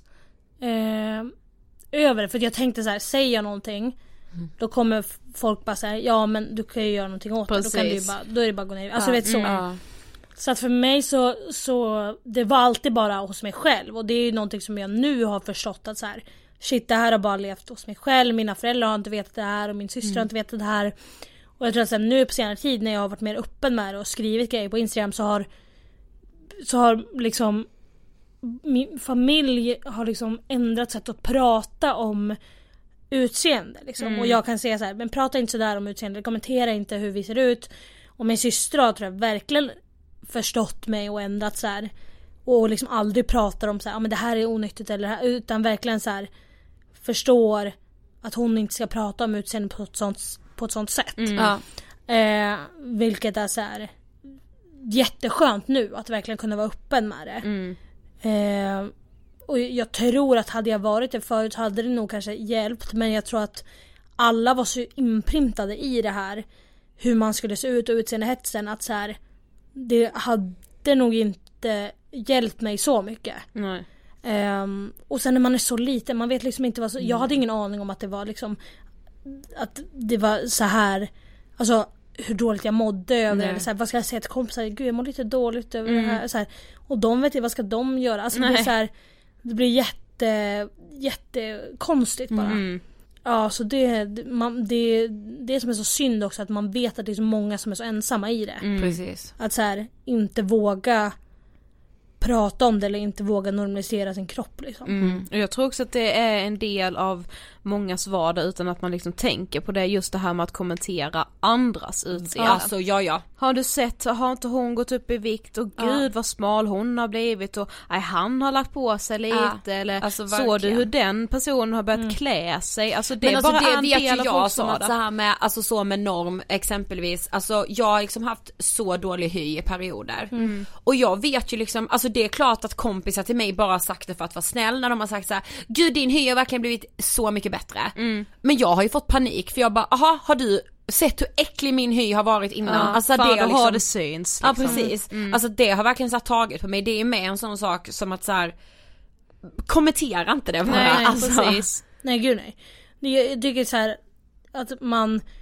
över det. För att jag tänkte så här, säger jag någonting då kommer folk bara säga ja men du kan ju göra någonting åt det. Då är det bara att gå ner. Alltså vet så. Så att för mig så det var alltid bara hos mig själv. Och det är ju någonting som jag nu har förstått att så här, shit, det här har bara levt hos mig själv. Mina föräldrar har inte vetat det här och min syster har inte vetat det här. Och jag tror att sen nu på senare tid när jag har varit mer öppen med det och skrivit grejer på Instagram så har liksom min familj har liksom ändrat sätt att prata om utseende liksom. Och jag kan säga så här, men prata inte så där om utseende, kommentera inte hur vi ser ut. Och min syster har, tror jag, verkligen förstått mig och ändrat så här, och liksom aldrig pratar om så här, men det här är onyttigt eller utan verkligen så här förstår att hon inte ska prata om utseende på ett sånt sätt. Vilket är så här jätteskönt nu att verkligen kunna vara öppen med det. Och jag tror att hade jag varit det förut hade det nog kanske hjälpt, men jag tror att alla var så inprintade i det här hur man skulle se ut och utseendehetsen att så här, det hade nog inte hjälpt mig så mycket. Nej. Och sen när man är så liten, man vet liksom inte vad jag hade ingen aning om att det var liksom att det var så här, alltså hur dåligt jag mådde över det, eller så här, vad ska jag säga till kompisar, gud jag mår lite dåligt över det här så här, och de vet inte vad ska de göra, alltså det blir så här, det blir jättekonstigt bara. Ja, så det som är så synd också, att man vet att det är så många som är så ensamma i det. Precis. Att så här, inte våga prata om det eller inte våga normalisera sin kropp liksom. Och jag tror också att det är en del av mångas vardag utan att man liksom tänker på det, just det här med att kommentera andras utseende. Alltså ja. Har du sett, har inte hon gått upp i vikt och gud vad smal hon har blivit och han har lagt på sig lite eller alltså, såg du hur den personen har börjat klä sig, alltså det är alltså, bara en del av folks som att så här med, alltså så med norm exempelvis, alltså jag har liksom haft så dålig hy i perioder och jag vet ju liksom, alltså det är klart att kompisar till mig bara sagt det för att vara snäll när de har sagt så här, gud din hy har verkligen blivit så mycket bättre. Men jag har ju fått panik för jag bara, aha, har du sett hur äcklig min hy har varit innan? Alltså fan, det har liksom, det syns liksom. Ja precis, alltså det har verkligen satt taget på mig. Det är med en sån sak som att så här, kommentera inte det bara. Nej, alltså. Precis. Nej gud nej. Jag tycker så här att man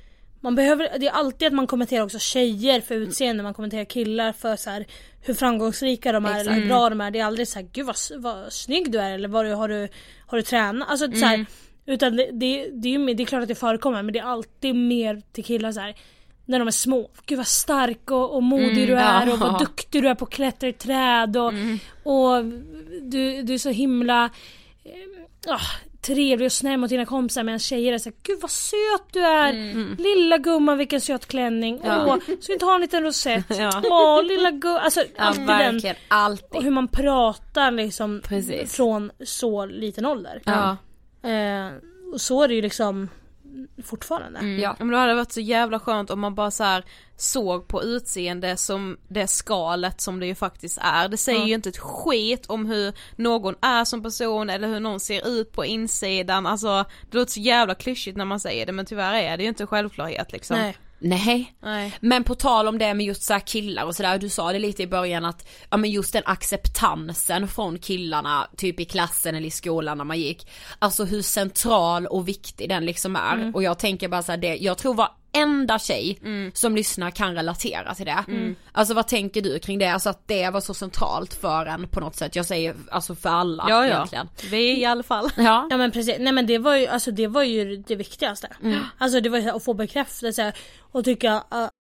det är alltid att man kommenterar också tjejer för utseende, man kommenterar killar för så här, hur framgångsrika de är eller hur bra de är. Det är aldrig så här, gud vad snygg du är eller har du tränat, alltså så här, utan det är klart att det förekommer, men det är alltid mer till killar så här, när de är små. Gud vad stark och modig du är och vad duktig du är på att klättra i träd och du är så himla trevlig och snäll mot dina kompisar, medan tjejer är så här, gud vad söt du är, lilla gumman vilken söt klänning, så inte ha en liten rosett, lilla gumman, alltså verkligen, alltid. Och hur man pratar liksom från så liten ålder. Och så är det ju liksom fortfarande. Men då hade det varit så jävla skönt om man bara så här såg på utseende som det skalet som det ju faktiskt är. Det säger ju inte ett skit om hur någon är som person eller hur någon ser ut på insidan. Alltså det låter så jävla klyschigt när man säger det, men tyvärr är det ju inte självklarhet liksom. Nej. Men på tal om det med just så här killar och sådär, du sa det lite i början att men just den acceptansen från killarna typ i klassen eller i skolan när man gick, alltså hur central och viktig den liksom är. Och jag tänker bara så här, jag tror varenda tjej som lyssnar kan relatera till det. Alltså vad tänker du kring det? Alltså att det var så centralt för en på något sätt. Jag säger alltså för alla egentligen. Vi i alla fall. Ja men precis. Nej men det var ju det viktigaste. Alltså det var att få bekräftelse och tycka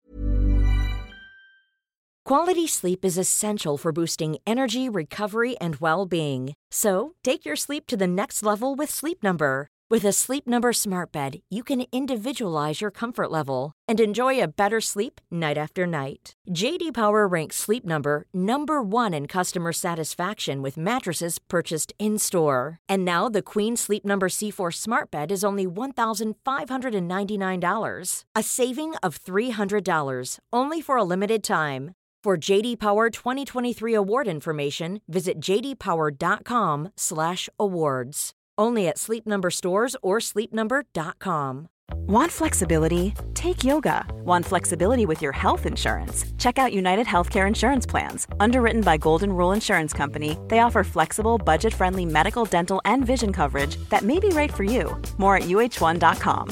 Quality sleep is essential for boosting energy, recovery, and well-being. So, take your sleep to the next level with Sleep Number. With a Sleep Number smart bed, you can individualize your comfort level and enjoy a better sleep night after night. JD Power ranks Sleep Number #1 in customer satisfaction with mattresses purchased in-store. And now the Queen Sleep Number C4 smart bed is only $1,599, a saving of $300, only for a limited time. For JD Power 2023 award information, visit jdpower.com/awards. Only at Sleep Number stores or sleepnumber.com. Want flexibility? Take yoga. Want flexibility with your health insurance? Check out United Healthcare Insurance Plans. Underwritten by Golden Rule Insurance Company, they offer flexible, budget-friendly medical, dental, and vision coverage that may be right for you. More at uh1.com.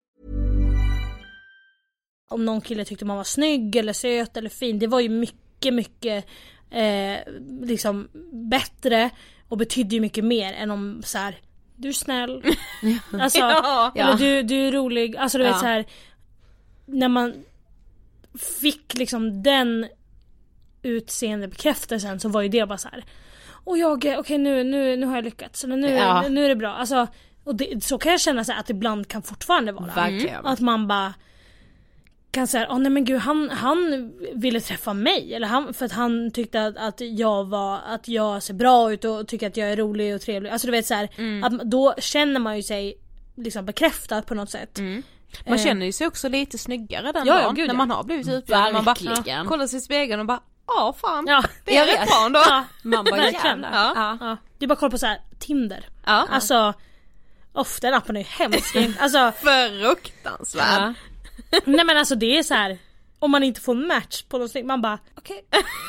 Om någon kille tyckte man var snygg eller söt eller fin, det var ju mycket liksom bättre och betydde ju mycket mer än om så här, du är snäll. Alltså eller du är rolig. Alltså du vet så här, när man fick liksom den utseende bekräftelsen så var ju det bara så här, och nu har jag lyckats, eller nu är det bra. Alltså, och så kan jag känna så här, att ibland kan fortfarande vara att man bara kan säga, nej men gud, han ville träffa mig, eller för att han tyckte att jag ser bra ut och tycker att jag är rolig och trevlig. Alltså du vet så här, att då känner man ju sig liksom bekräftad på något sätt. Man känner ju sig också lite snyggare den dagen när man har blivit utbjuden. Man bara kollar sig i spegeln och bara, fan, det är rätt bra då. Man bara gärna. Du bara kollar på så här Tinder. Alltså ofta den appen är ju hemsk. Alltså fruktansvärd. Nej men alltså det är så här, om man inte får match på något, man bara okej.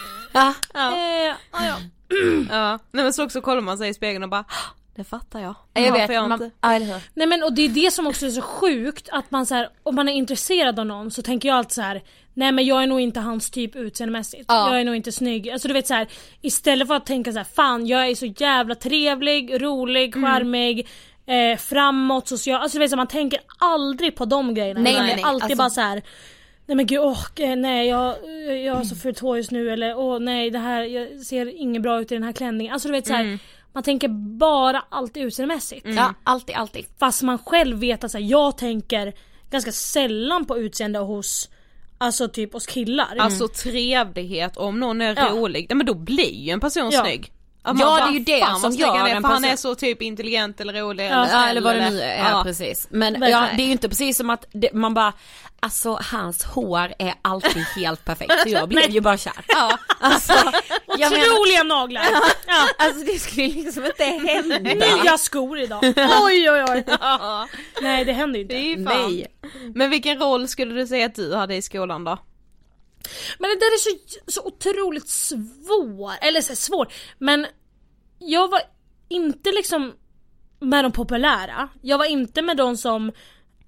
Nej men så också kollar man sig i spegeln och bara, det fattar jag. Jag vet inte. Nej men och det är det som också är så sjukt, att man så här, om man är intresserad av någon så tänker jag alltid så här, nej men jag är nog inte hans typ utseendemässigt. Jag är nog inte snygg. Alltså du vet så här, istället för att tänka så här, fan jag är så jävla trevlig, rolig, charmig, framåt, social. Alltså du vet så, man tänker aldrig på de grejerna. Nej. Alltid alltså, bara så här, nej men gud, nej jag har så fult hår just nu, eller nej det här, jag ser inget bra ut i den här klänningen. Alltså du vet så här, man tänker bara alltid utseendemässigt. Ja, alltid. Fast man själv vet att så här, jag tänker ganska sällan på utseende hos, alltså typ hos killar. Alltså trevlighet, om någon är rolig, men då blir ju en person snygg. Det är ju det som gör en, för han är så typ intelligent eller rolig eller vad det nu är, precis. Men det är ju inte precis som att man bara, alltså hans hår är alltid helt perfekt, så jag blev ju bara kär. Alltså, otroliga naglar. Alltså det skulle liksom inte hända. Nya skor idag. Oj. Nej, det händer inte. Det är fan. Nej. Men vilken roll skulle du säga att du hade i skolan då? Men det där är så otroligt svår. Men jag var inte liksom med de populära. Jag var inte med de som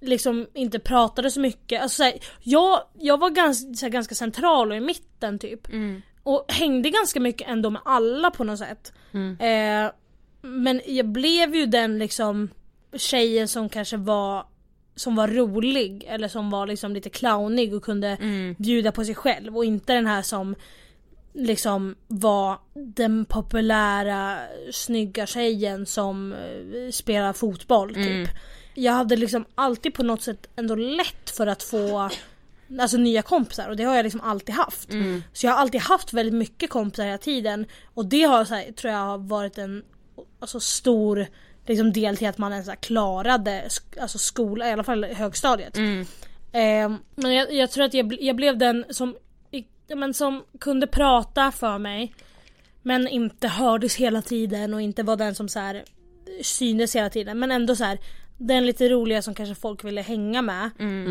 liksom inte pratade så mycket. Alltså, så här, jag var ganska central och i mitten typ. Och hängde ganska mycket ändå med alla på något sätt. Men jag blev ju den liksom tjejen som kanske var rolig eller som var liksom lite clownig och kunde bjuda på sig själv, och inte den här som liksom var den populära snygga tjejen som spelar fotboll typ. Jag hade liksom alltid på något sätt ändå lätt för att få alltså nya kompisar, och det har jag liksom alltid haft. Så jag har alltid haft väldigt mycket kompisar hela tiden, och det har så här, tror jag har varit en alltså stor liksom del till att man ens klarade alltså skola, i alla fall högstadiet. Men jag tror att jag blev den som kunde prata för mig, men inte hördes hela tiden och inte var den som så här syntes hela tiden, men ändå så här den lite roliga som kanske folk ville hänga med.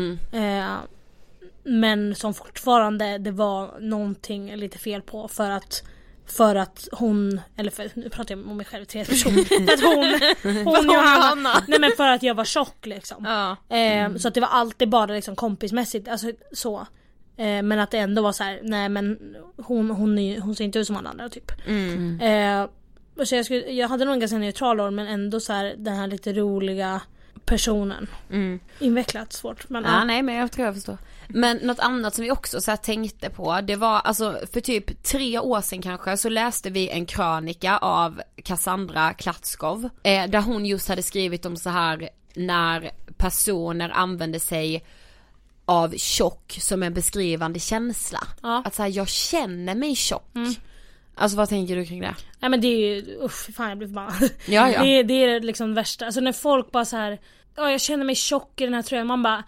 Men som fortfarande det var någonting lite fel på, för att hon, eller nu pratar jag om mig själv i tredje person, för att hon Johanna, nej men för att jag var tjock liksom. Så att det var alltid bara liksom kompismässigt, alltså så. Men att det ändå var så här: nej men hon ser inte ut som alla andra typ. Så jag hade nog en ganska neutral roll, men ändå så här den här lite roliga personen. Invecklat, svårt, men nej, men jag tror jag förstår. Men något annat som vi också så här tänkte på, det var alltså för typ 3 år sedan kanske, så läste vi en krönika av Cassandra Klatskov, där hon just hade skrivit om så här när personer använder sig av tjock som en beskrivande känsla. Att så här, jag känner mig tjock. Alltså vad tänker du kring det? Nej men det är ju, fan jag blir förbannad. Ja. Det är liksom värsta. Alltså när folk bara så här, jag känner mig tjock i den här tröjan, man bara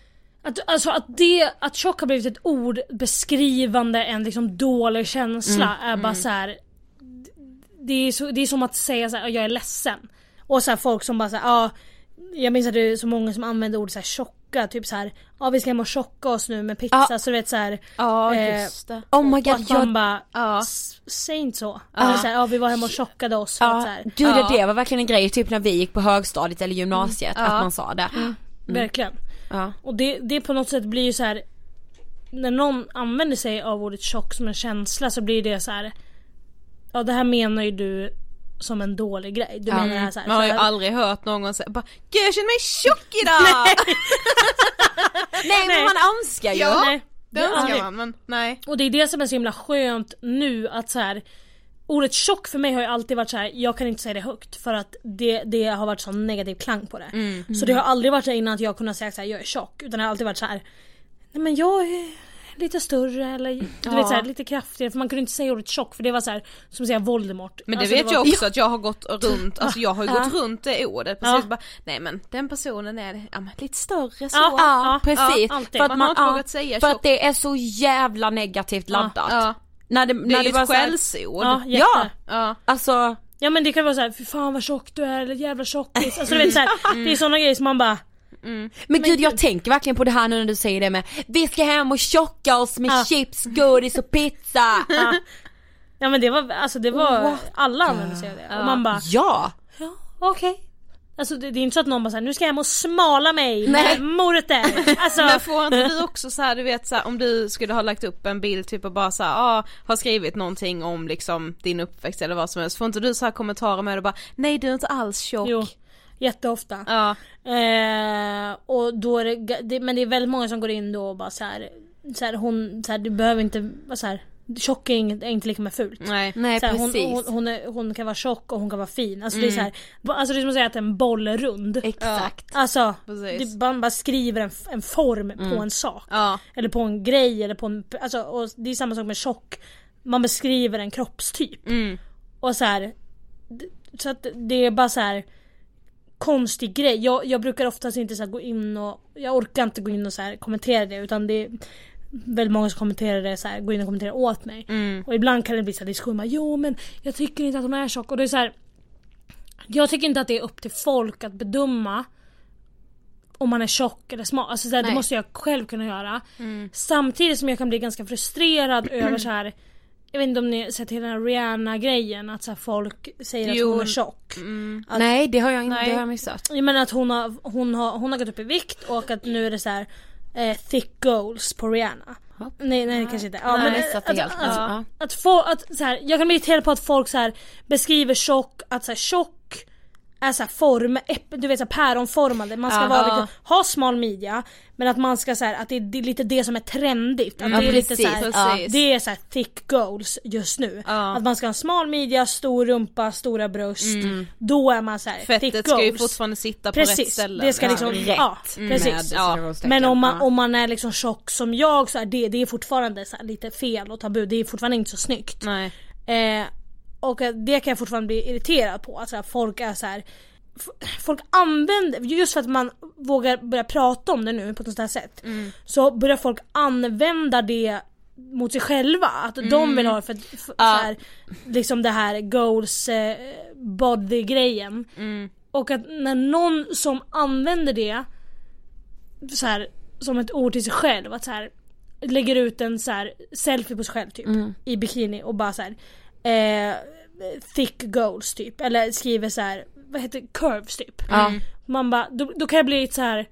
att tjock har blivit ett ord beskrivande en liksom dålig känsla är bara så här. Det är som att säga så här, jag är ledsen. Och så här folk som bara så här, jag minns att det är så många som använder ord så här tjocka, typ så här, vi ska hem och tjocka oss nu med pizza, så du vet så här. Just det. Oh my god, jag bara säg inte så. Eller så här, vi var hem och tjockade oss så här. Gud, det var verkligen en grej typ när vi gick på högstadiet eller gymnasiet att man sa det. Verkligen. Och det på något sätt blir ju så här, när någon använder sig av ordet tjock som en känsla, så blir det så här, det här menar ju du som en dålig grej. Du menar det här så här. Man har ju aldrig hört någon säga bara, gud jag känner mig tjock idag. nej, men man önskar ju. Ja, det önskar man, men nej. Och det är det som är så himla skönt nu, att så här, ordet tjock för mig har ju alltid varit så här, jag kan inte säga det högt för att det har varit sån negativ klang på det. Så det har aldrig varit så innan att jag kunnat säga så här, jag är tjock, utan det har alltid varit så här, nej men jag är lite större eller du vet så här, lite kraftigare, för man kunde inte säga ordet tjock för det var så här som att säga Voldemort. Men det alltså, vet jag också att jag har gått runt, alltså jag har ju gått runt det ordet precis bara, nej men den personen är lite större så. Precis. Alltid. För att man har inte vågat säga för tjock. att det är så jävla negativt laddat. Det är ju det ett skällsord. Alltså ja, men det kan vara så här, fy fan vad tjock du är, eller jävla tjockis. Alltså du vet så här, det är såna grejer som man bara Men gud, jag tänker verkligen på det här nu när du säger det med, vi ska hem och tjocka oss med chips, godis och pizza. Ja men det var alla använde sig av det. Och man bara okej. Alltså det är inte så att någon bara säger, nu ska jag hem och smala mig med morötter. Alltså men får inte du också så här, du vet så här, om du skulle ha lagt upp en bild typ och bara så här, har skrivit någonting om liksom din uppväxt eller vad som helst, får inte du så här kommentarer med och bara, nej du är inte alls tjock. Jo, jätteofta. Och då är det, men det är väldigt många som går in då och bara så här hon så här, du behöver inte så här, tjock är inte lika med fult. Nej här, precis. Hon kan vara tjock och hon kan vara fin. Alltså det är så här, alltså det är som att säga att en boll är rund. Exakt. Alltså man bara skriver en form på en sak. Eller på en grej eller på en, alltså, och det är samma sak med tjock. Man beskriver en kroppstyp. Och så här, så att det är bara så här konstig grej. Jag brukar oftast inte så här gå in och jag orkar inte gå in och så här kommentera det, utan det är väldigt många som kommenterar det så här, går in och kommenterar åt mig. Och ibland kan det bli så här diskussion, jo men jag tycker inte att de är tjock, och det är så här, jag tycker inte att det är upp till folk att bedöma om man är tjock eller smal. Alltså så här, det måste jag själv kunna göra. Samtidigt som jag kan bli ganska frustrerad över så här, jag vet inte om ni sett hela den här Rihanna-grejen, att så här, folk säger att hon är tjock. Att, nej, det har jag inte, det har jag missat. Jag menar att hon har gått upp i vikt och att nu är det så här thick goals på Rihanna. Nej, kanske inte. Ja, nej, men att så här, jag kan bli irriterad på att folk så här beskriver tjock, att så här, tjock är så här form, du vet så här päronformade. Man ska vara liksom, ha smal midja, men att man ska så här, att det är lite det som är trendigt. Att det är lite så här, det är så här thick goals just nu. Att man ska ha en smal midja, stor rumpa, stora bröst. Då är man så här fettet thick goals. ska ju fortfarande sitta på rätt ställe. Det ska liksom precis. Men om man är liksom tjock som jag så här, det är fortfarande så här, lite fel och tabu. Det är fortfarande inte så snyggt. Nej. Och det kan jag fortfarande bli irriterad på. Alltså folk är så här, folk använder, just för att man vågar börja prata om det nu på ett sånt här sätt, så börjar folk använda det mot sig själva. Att de vill ha för så här, liksom det här goals body grejen. Och att när någon som använder det så här, som ett ord till sig själv, att så här, lägger ut en så här selfie på sig själv typ i bikini och bara så här thick goals typ, eller skriver så här, vad heter curves typ. Man bara, då kan jag bli lite så här,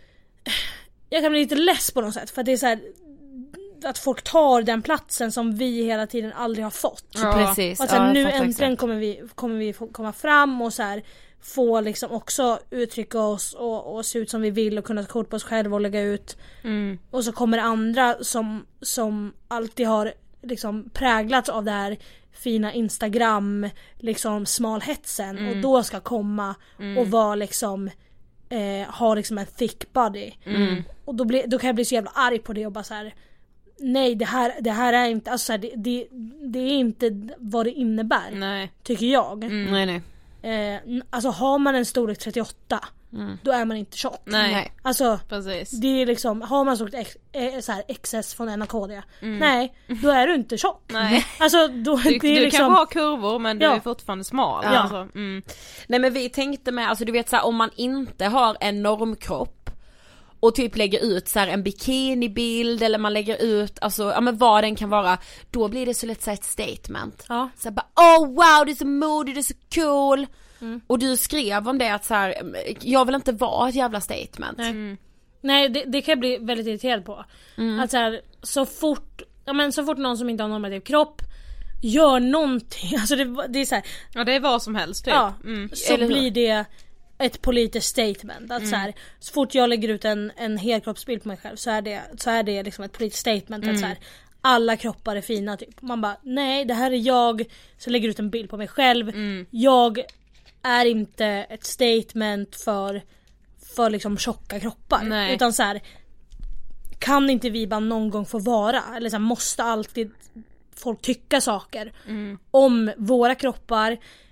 jag kan bli lite less på något sätt, för att det är så här, att folk tar den platsen som vi hela tiden aldrig har fått. Precis. Och så här, nu äntligen kommer vi komma fram och så här, få liksom också uttrycka oss och se ut som vi vill och kunna ta kort på oss själva och lägga ut. Och så kommer andra som alltid har liksom präglats av det här fina Instagram liksom smalhetsen, och då ska komma och vara liksom ha liksom en thick body. Och då kan jag bli så jävla arg på det och bara så här, nej, det här är inte, alltså det är inte vad det innebär. Nej. Tycker jag. Nej. Alltså har man en storlek 38 då är man inte tjock. Nej. Alltså precis. Det är liksom, har man storlek så här XS från NAKD, nej, då är du inte tjock. Nej. Alltså då du det är liksom, kan ha kurvor, men du är fortfarande smal. Ja. Alltså, Nej, men vi tänkte med, alltså du vet så här, om man inte har en normkropp och typ lägger ut så här en bikinibild, eller man lägger ut, alltså ja, men vad den kan vara, då blir det så lätt så här ett statement. Så här, bara, oh wow, det är så modigt, det är så cool. Och du skrev om det att så här, jag vill inte vara ett jävla statement. Nej, det kan jag bli väldigt irriterad på. Att så här, så fort någon som inte har normativ kropp gör någonting, alltså det är så här, ja, det är vad som helst typ. Så blir det ett politiskt statement. Att så här, så fort jag lägger ut en helkroppsbild på mig själv, så är det liksom ett politiskt statement. Att så här, alla kroppar är fina typ. Man bara, nej, det här är jag som lägger ut en bild på mig själv. Jag är inte ett statement för liksom tjocka kroppar. Nej. Utan så här, kan inte vi bara någon gång få vara, eller så här, måste alltid folk tycka saker om våra kroppar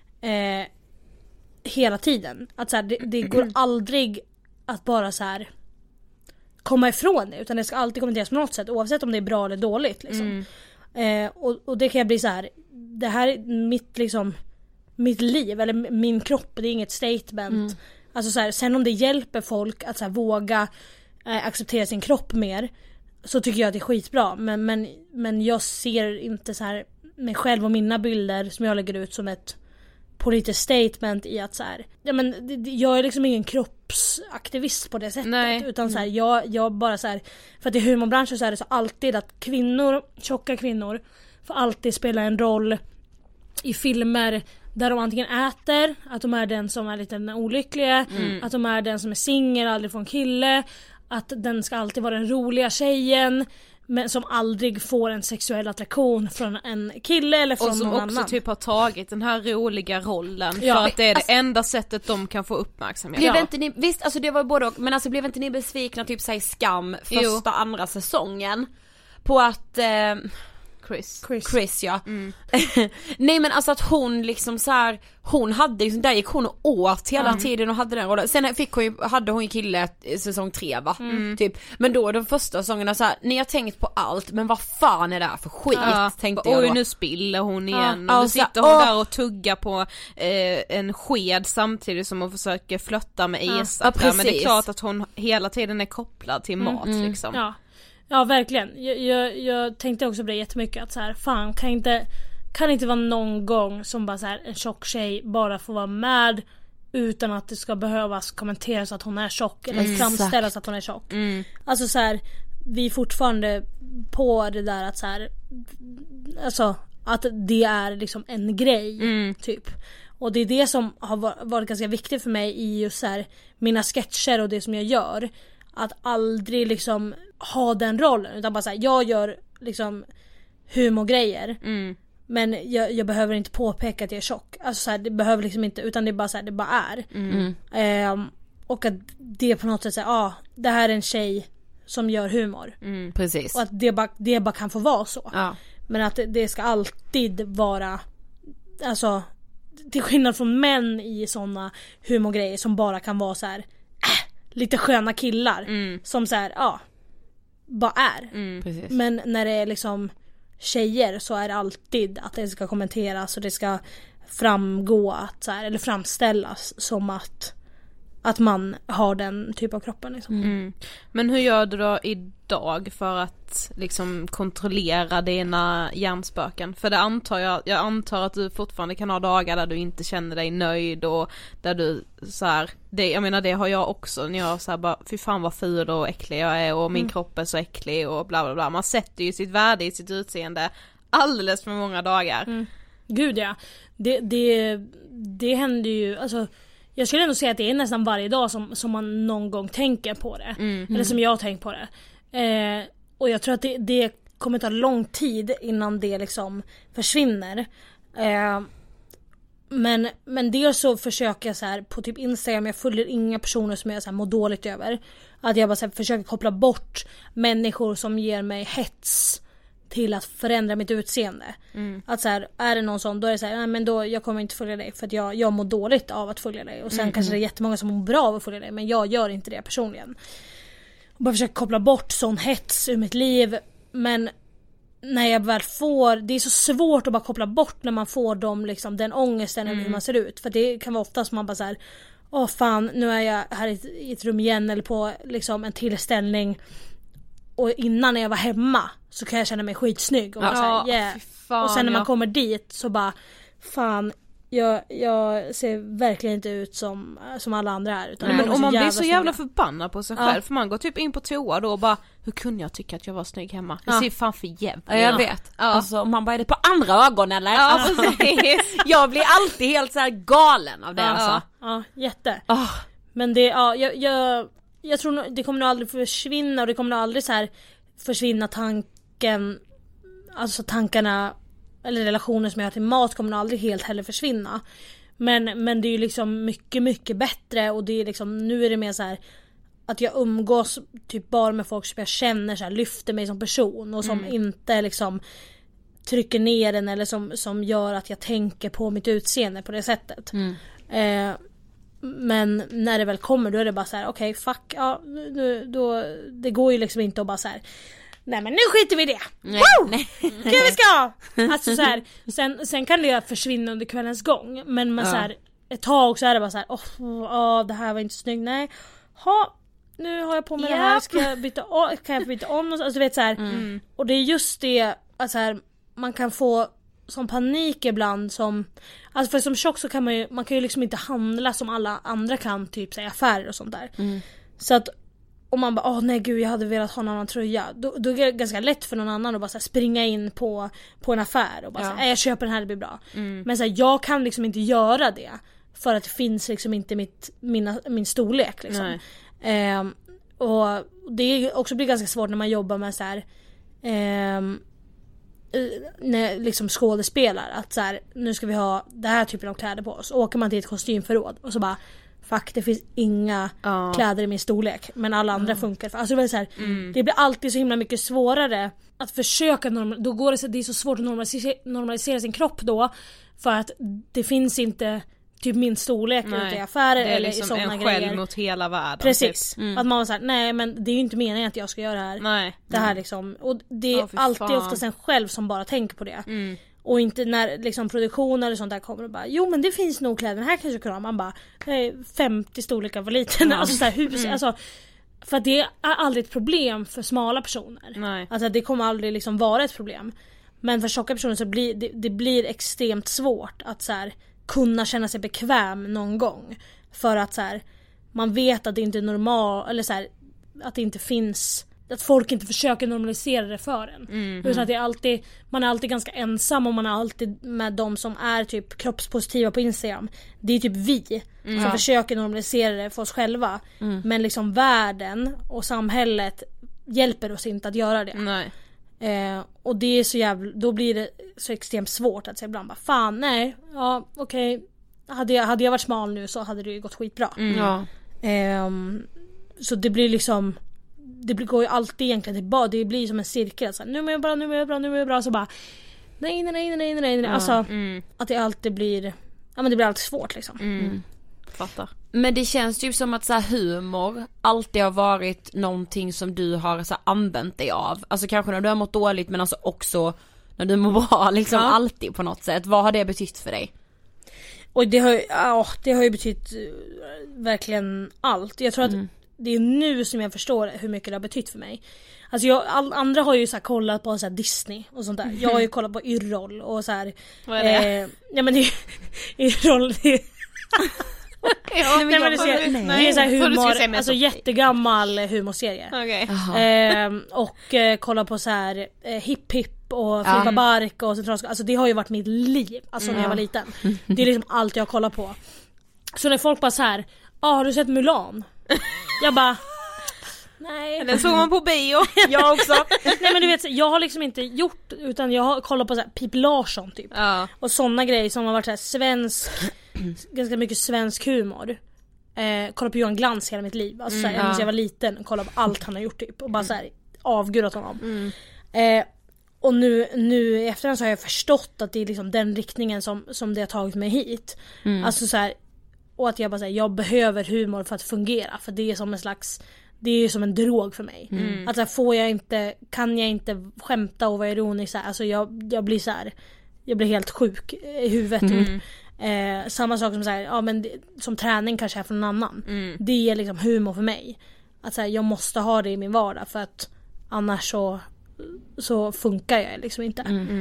hela tiden. Att så här, det går aldrig att bara så här komma ifrån det, utan det ska alltid kommenteras på något sätt, oavsett om det är bra eller dåligt liksom. Och det kan jag bli så här, det här är mitt liv, eller min kropp, det är inget statement. Alltså så här, sen om det hjälper folk att så här, våga acceptera sin kropp mer, så tycker jag att det är skitbra. Men jag ser inte så här mig själv och mina bilder som jag lägger ut som ett politiskt statement i att så här, ja, men jag är liksom ingen kroppsaktivist på det sättet. Nej. Utan så här, jag bara så här, för att i humorbranschen så är det så alltid att tjocka kvinnor får alltid spela en roll i filmer där de antingen äter, att de är den som är lite den olyckliga, att de är den som är singel, aldrig får en kille, att den ska alltid vara den roliga tjejen, men som aldrig får en sexuell attraktion från en kille eller från någon annan. Och som också typ har tagit den här roliga rollen för att det är det enda sättet de kan få uppmärksamhet. Blev inte ni, visst, alltså det var både och, men alltså blev inte ni besvikna typ såhär Skam första, andra säsongen på att Chris ja. Nej, men alltså att hon liksom så här, hon hade ju, där gick hon och åt hela tiden och hade den rollen. Sen hade hon ju kille i säsong 3 va? Typ. Men då de första säsongerna så här, ni har tänkt på allt, men vad fan är det här för skit, tänkte jag då. Oj, nu spiller hon igen och nu sitter hon där och tuggar på en sked samtidigt som hon försöker flirta med Isak. Men det är klart att hon hela tiden är kopplad till mat liksom. Ja, verkligen. Jag tänkte också på det jättemycket. Att så här, fan, kan inte vara någon gång som bara så här, en tjock tjej bara får vara med utan att det ska behövas kommenteras att hon är tjock. Eller framställas att hon är tjock. Alltså så här, vi är fortfarande på det där att så här, alltså att det är liksom en grej typ. Och det är det som har varit ganska viktigt för mig i just så här, mina sketcher och det som jag gör. Att aldrig liksom ha den rollen, utan bara så här, jag gör liksom humorgrejer. Men jag behöver inte påpeka att jag är tjock. Alltså så här, det behöver liksom inte, utan det är bara så här, det bara är. Och att det på något sätt säger, det här är en tjej som gör humor. Precis. Och att det bara kan få vara så. Ja. Men att det ska alltid vara, alltså till skillnad från män i såna humorgrejer som bara kan vara så här lite sköna killar som så här, bara är. Precis. Men när det är liksom tjejer så är det alltid att det ska kommenteras och det ska framgå att så här, eller framställas som att man har den typ av kroppen liksom. Men hur gör du då idag för att liksom kontrollera dina hjärnspöken? För det jag antar att du fortfarande kan ha dagar där du inte känner dig nöjd och där du så här, jag menar det har jag också när jag så här bara, fy fan vad ful och äcklig jag är och min kropp är så äcklig och bla bla bla. Man sätter ju sitt värde i sitt utseende alldeles för många dagar. Gud ja. Det händer ju, alltså jag skulle ändå säga att det är nästan varje dag som man någon gång tänker på det. Eller som jag tänker på det. Och jag tror att det kommer ta lång tid innan det liksom försvinner. Men dels så försöker jag så här, på typ Instagram, jag följer inga personer som jag så här mår dåligt över. Att jag bara så här, försöker koppla bort människor som ger mig hets till att förändra mitt utseende. Att så här, är det någon sån, då är det så här, nej men då jag kommer inte följa dig för att jag mår dåligt av att följa dig. Och sen kanske det är jättemånga som mår bra av att följa dig, men jag gör inte det personligen. Och bara försöka koppla bort sån hets ur mitt liv. Men när jag väl får, det är så svårt att bara koppla bort när man får dem liksom, den ångesten över hur man ser ut. För det kan vara ofta som man bara så här, fan, nu är jag här i ett rum igen eller på liksom en tillställning. Och innan när jag var hemma så kan jag känna mig skitsnygg och bara så här, fan, och sen när man kommer dit så bara, fan, jag ser verkligen inte ut som alla andra här, utan men om man blir så jävla förbannad på sig själv, för man går typ in på toa då och bara, hur kunde jag tycka att jag var snygg hemma? Det ser fan för jävligt. Ja, jag vet. Alltså man bara, är det på andra ögon eller? Alltså, jag blir alltid helt så här galen av det alltså. Ja, jätte. Men det, jag tror det kommer nog aldrig försvinna, och det kommer nog aldrig så här försvinna tankarna eller relationer som jag har till mat kommer nog aldrig helt heller försvinna. Men det är ju liksom mycket, mycket bättre, och det är liksom, nu är det mer så här att jag umgås typ bara med folk som jag känner så här, lyfter mig som person och som inte liksom trycker ner den eller som gör att jag tänker på mitt utseende på det sättet. Men när det väl kommer, då är det bara så här, okej, fuck, då det går ju liksom inte att bara så här, nej men nu skiter vi i det. Nej. Gud, vi ska. Alltså så här, sen kan det försvinna under kvällens gång, men man så här, ett tag så är det bara så här, det här var inte snyggt. Nej. Nu har jag på mig det här, ska jag kan jag byta om, alltså du vet så här. Och det är just det att så här, man kan få som panik ibland, som alltså för som tjock så kan man kan ju liksom inte handla som alla andra kan, typ så här, affärer och sånt där. Så att om man bara, nej gud, jag hade velat ha en annan tröja, då är det ganska lätt för någon annan att bara så här, springa in på en affär och bara så här, jag köper den här, det blir bra. Men så här, jag kan liksom inte göra det för att det finns liksom inte min storlek liksom. Och det är också blir ganska svårt när man jobbar med så här när liksom skådespelar, att så här, nu ska vi ha det här typen av kläder på oss. Åker man till ett kostymförråd och så bara, fuck, det finns inga kläder i min storlek, men alla andra funkar. Alltså det är så här, det blir alltid så himla mycket svårare att försöka då går det är så svårt att normalisera sin kropp då, för att det finns inte typ min storlek ute i affärer eller liksom i sådana grejer. Det är en själv mot hela världen. Precis. Typ. Att man var så här, nej men det är ju inte meningen att jag ska göra det här. Nej. Det här liksom, och det är alltid oftast en själv som bara tänker på det. Och inte när liksom produktioner och sånt där kommer och bara, jo men det finns nog kläder, här kanske kan man bara 50 storlekar var liten. Alltså så här, alltså För att det är aldrig ett problem för smala personer. Nej. Alltså det kommer aldrig liksom vara ett problem. Men för tjocka personer så blir det blir extremt svårt att så här, kunna känna sig bekväm någon gång. För att så här, man vet att det inte är normalt, eller så här, att det inte finns, att folk inte försöker normalisera det för en. Utan att det är alltid, man är alltid ganska ensam, och man är alltid med de som är typ kroppspositiva på Instagram. Det är typ vi som försöker normalisera det för oss själva. Men liksom världen och samhället hjälper oss inte att göra det. Nej. Och det är så jävla, då blir det så extremt svårt att säga ibland bara, fan nej, ja okej. Hade jag varit smal nu så hade det ju gått skitbra. Så det blir liksom, det går ju alltid egentligen tillbaka. Det blir som en cirkel så här, nu är jag bra så bara nej. Alltså att det alltid blir, ja men det blir alltid svårt liksom. Fattar. Men det känns ju som att så här, humor alltid har varit någonting som du har så här, använt dig av. Alltså kanske när du har mått dåligt, men alltså också när du mår bra liksom, alltid på något sätt. Vad har det betytt för dig? Och det har ju betytt verkligen allt. Jag tror att det är nu som jag förstår hur mycket det har betytt för mig. Alltså andra har ju så här kollat på så här Disney och sånt där. Jag har ju kollat på Yrrol och så här. Vad är det? Ja men det är Yrrol. Det är så här humor, alltså jättegammal humorserie. Och kolla på så här Hipp Hipp och Filippa Bark och Centralskolan. Alltså det har ju varit mitt liv, alltså när jag var liten. Det är liksom allt jag kollar på. Så när folk bara så här, har du sett Mulan? Jag bara, nej. Den såg man på bio. Jag också. Nej men du vet, jag har liksom inte gjort, utan jag har kollat på så här Pip Larsson typ. Och såna grejer som har varit så här svensk, ganska mycket svensk humor. Kollat på Johan Glans hela mitt liv. Alltså så här, när jag var liten, kollat på allt han har gjort typ. Och bara så här avgudat honom. Och nu i efterhand så har jag förstått att det är liksom den riktningen som det har tagit mig hit. Alltså så här, och att jag bara säger, jag behöver humor för att fungera. För det är som en slags, det är ju som en drog för mig. Att kan jag inte skämta och vara ironisk så här, alltså jag blir så här, jag blir helt sjuk i huvudet typ. Samma sak som så här, men som träning kanske är för någon annan. Det är liksom humor för mig. Att så här, jag måste ha det i min vardag, för att annars så funkar jag liksom inte.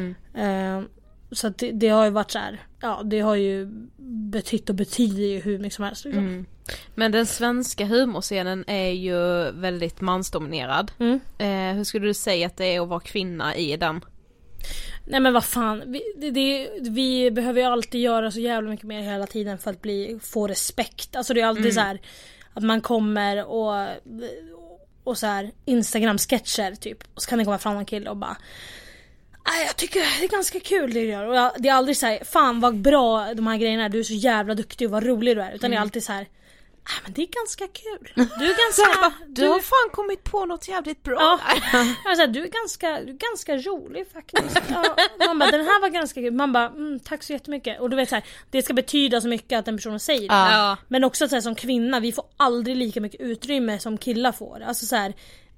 Så att det har ju varit så här, det har ju betytt och betyder ju hur mycket som helst liksom. Men den svenska humorscenen är ju väldigt mansdominerad. Hur skulle du säga att det är att vara kvinna i den? Nej men vad fan, vi behöver ju alltid göra så jävla mycket mer hela tiden för att få respekt. Alltså det är alltid så här att man kommer och så här Instagram-sketcher typ, och så kan det komma fram en kille och bara, jag tycker det är ganska kul det du gör. Och det är aldrig så här, fan vad bra de här grejerna är, du är så jävla duktig och vad rolig du är. Utan det är alltid så här, men det är ganska kul. Du är ganska, du har fan kommit på något jävligt bra. Alltså, du är ganska rolig faktiskt. Man bara, den här var ganska kul. Man bara, tack så jättemycket. Och du vet så här, det ska betyda så mycket att den personen säger det. Men också så här, som kvinna, vi får aldrig lika mycket utrymme som killar får. Alltså så här,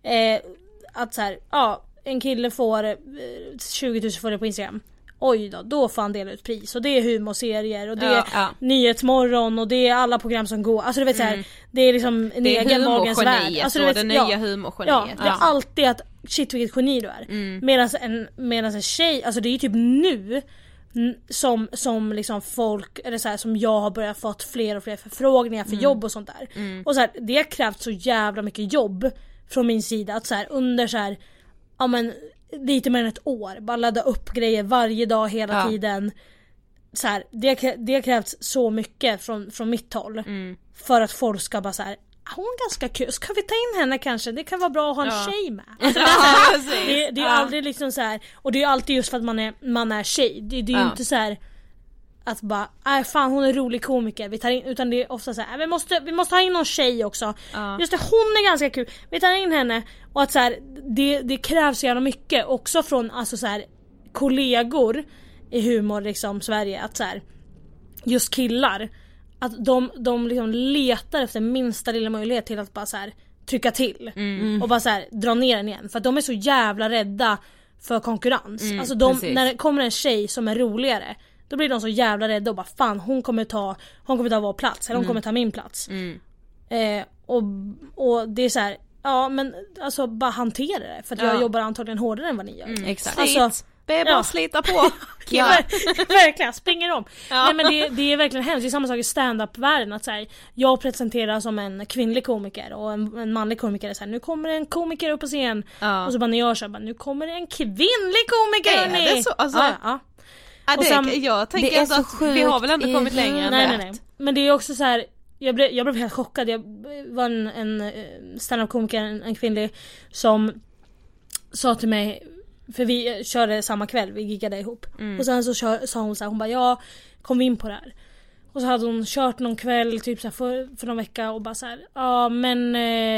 att så här, en kille får 20 000 följare på Instagram. Oj då får han dela ut pris. Och det är humorserier och det är Nyhetsmorgon och det är alla program som går. Alltså du vet så här, det är liksom en egen Morgans värld. Alltså du vet, det nya humorgeniet. Det är alltid att shit vilket geni du är. Medan en tjej, alltså det är ju typ nu som liksom folk, eller så här, som jag har börjat fått fler och fler förfrågningar för jobb och sånt där. Och så här, det har krävt så jävla mycket jobb från min sida att så här, under så här, lite mer än ett år, bara ladda upp grejer varje dag hela tiden. Så här, det har krävts så mycket från mitt håll för att folk ska bara så här, hon är ganska kul, ska vi ta in henne kanske? Det kan vara bra att ha en tjej med. Alltså, det är aldrig liksom så här, och det är alltid just för att man är tjej. Det är ju inte så här att bara, fan hon är rolig komiker, vi tar in, utan det är ofta så här, vi måste ha in någon tjej också. Just det, hon är ganska kul, vi tar in henne. Och att så här, det krävs gärna mycket också från, alltså så här, kollegor i humor liksom Sverige, att så här, just killar, att de liksom letar efter minsta lilla möjlighet till att bara så här trycka till och bara så här dra ner den igen, för att de är så jävla rädda för konkurrens. Alltså när det kommer en tjej som är roligare, då blir de så jävla rädda och bara, fan hon kommer ta vår plats, eller hon kommer ta min plats. Och det är så här, Ja, men alltså bara hantera det. För att jag jobbar antagligen hårdare än vad ni gör. Exakt. Alltså, det är bara att slita på. Verkligen, springer om. Nej, men det är verkligen hemskt. Det är samma sak i stand-up-världen. Att så här, jag presenterar som en kvinnlig komiker och en manlig komiker. Så här, nu kommer en komiker upp på scen. Och så bara när jag kör, nu kommer en kvinnlig komiker. Är det så? Alltså, jag tänker alltså att vi har väl ändå kommit längre än det. Nej. Men det är också så här. Jag blev helt chockad. Jag var en stand-up-komiker, en kvinnlig, som sa till mig, för vi körde samma kväll, vi giggade ihop. Och sen så sa hon så här, hon bara, ja, kom in på det här. Och så hade hon kört någon kväll typ så här för någon vecka och bara så här, ja men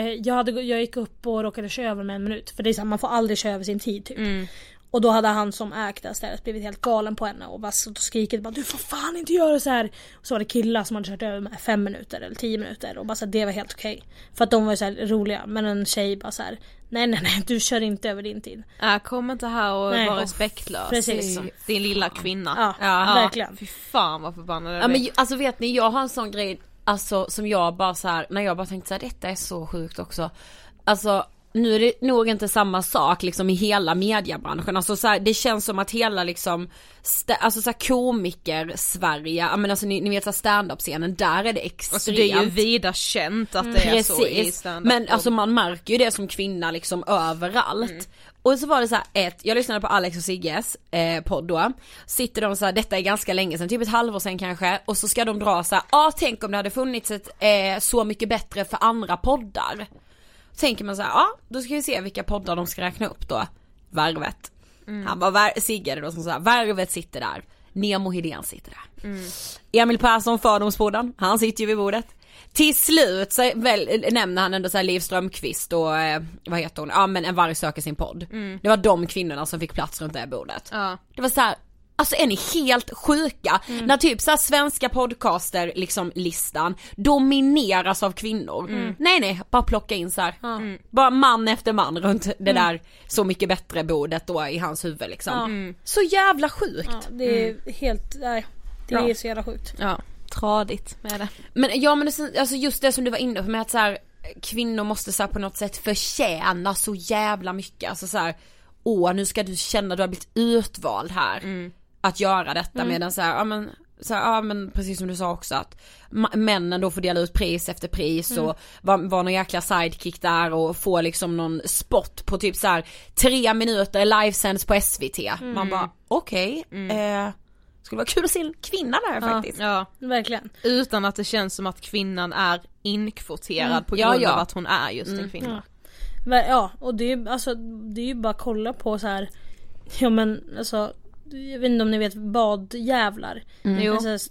jag gick upp och råkade köra över med 1 minut. För det är så här, man får aldrig köra över sin tid typ. Och då hade han som ägde stället blivit helt galen på henne och bara skrikit bara, du får fan inte göra så här. Och så var det killar som hade kört över med 5 minuter eller 10 minuter och bara så här, det var helt okej. För att de var ju så här roliga, men en tjej bara så här, nej, du kör inte över din tid. Kom inte här och var respektlös. Precis. Din lilla kvinna. Ja, verkligen. Fy fan vad förbannad jag men alltså vet ni, jag har en sån grej alltså som jag bara så här, när jag bara tänkte så här, detta är så sjukt också. Alltså nu är det nog inte samma sak liksom i hela mediebranschen. Alltså så här, det känns som att hela liksom alltså så här komiker Sverige, men alltså ni vet så stand-up-scenen, där är det extremt. Alltså det är ju vida känt att det är så i stand-up. Men alltså man märker ju det som kvinna liksom överallt. Och så var det så här jag lyssnade på Alex och Sigges podd då. Sitter de så här, detta är ganska länge sedan, typ ett halvår sedan kanske, och så ska de dra så här, tänk om det hade funnits ett Så mycket bättre för andra poddar. Tänker man så här, då ska vi se vilka poddar de ska räkna upp då. Värvet. Han var Sigge då som sa, Värvet sitter där. Nemo Hedén sitter där. Emil Persson, Fördomspodden, han sitter ju vid bordet. Till slut så nämner han ändå så här Liv Strömqvist och vad heter hon? Ja, men En varg söker sin podd. Det var de kvinnorna som fick plats runt det här bordet. Det var så här, alltså är ni helt sjuka när typ så här svenska podcaster liksom listan domineras av kvinnor. Nej, bara plocka in så här. Bara man efter man runt det där Så mycket bättre bordet då i hans huvud liksom. Så jävla sjukt. Ja, det är helt, nej, det är så jävla sjukt. Ja, tradigt med det. Men alltså just det som du var inne på med att så här, kvinnor måste så här på något sätt förtjäna så jävla mycket. Alltså så här, nu ska du känna du har blivit utvald här. Att göra detta medan så här, men precis som du sa också att männen då får dela ut pris efter pris och var någon jäkla sidekick där och få liksom någon spot på typ så här 3 minuter livesänds på SVT. Man bara okej. Skulle vara kul att se en kvinna där faktiskt. Ja, verkligen. Utan att det känns som att kvinnan är inkvoterad på grund av att hon är just en kvinna. Ja, och det är ju bara att kolla på så här. Ja men alltså, jag vet inte om ni vet badjävlar. Jo.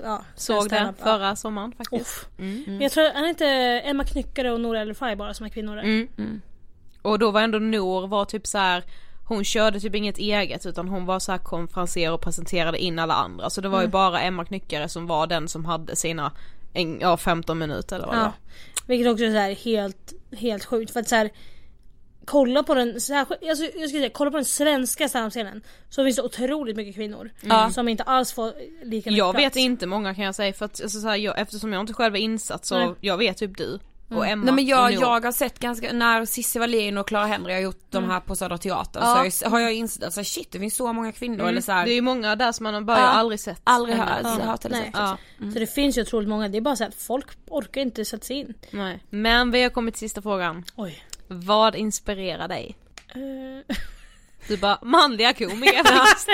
Såg det förra sommaren faktiskt. Jag tror är inte Emma Knyckare och Nour El Refai bara som är kvinnor där. Och då var ändå Nour var typ så här, hon körde typ inget eget utan hon var så här konferenser och presenterade in alla andra. Så det var ju bara Emma Knyckare som var den som hade sina 15 minuter eller vad det var. Vilket också är så här helt sjukt för att så här, kolla på den så här, jag skulle säga, kolla på den svenska standup-scenen så finns det otroligt mycket kvinnor som inte alls får lika mycket jag plats. Vet inte många kan jag säga för att alltså, så här, eftersom jag inte själv är insatt så jag vet typ du och Emma. Nej men jag har sett ganska när Cissi Wallin och Clara Henry har gjort de här på Södra Teatern så har jag insett alltså shit det finns så många kvinnor eller så här. Det är ju många där som man bara aldrig sett. Aldrig hört eller sett. Så det finns ju otroligt många, det är bara så att folk orkar inte sätta sig in. Nej. Men vi har kommit till sista frågan. Oj. Vad inspirerar dig? Du bara, manliga komiker.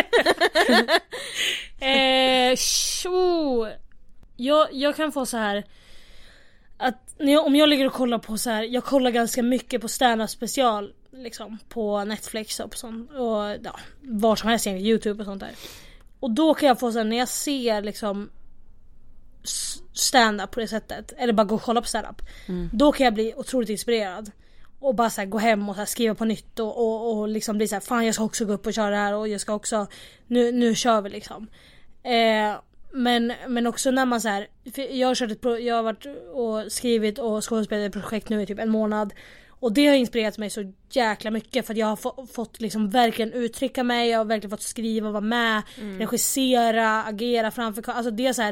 Jag kan få så här att om jag ligger och kollar på så här, jag kollar ganska mycket på stand-up special liksom på Netflix och sånt och var som helst, YouTube och sånt där. Och då kan jag få så här, när jag ser liksom stand-up på det sättet eller bara gå och kolla på stand-up, då kan jag bli otroligt inspirerad och bara så här, gå hem och så här, skriva på nytt och liksom bli så här, fan jag ska också gå upp och köra det här och jag ska också nu kör vi liksom. Men också när man så här, jag har varit och skrivit och skådespelat ett projekt nu i typ 1 månad och det har inspirerat mig så jäkla mycket för att jag har fått liksom verkligen uttrycka mig, jag har verkligen fått skriva, vara med, regissera, agera framför, alltså det är så här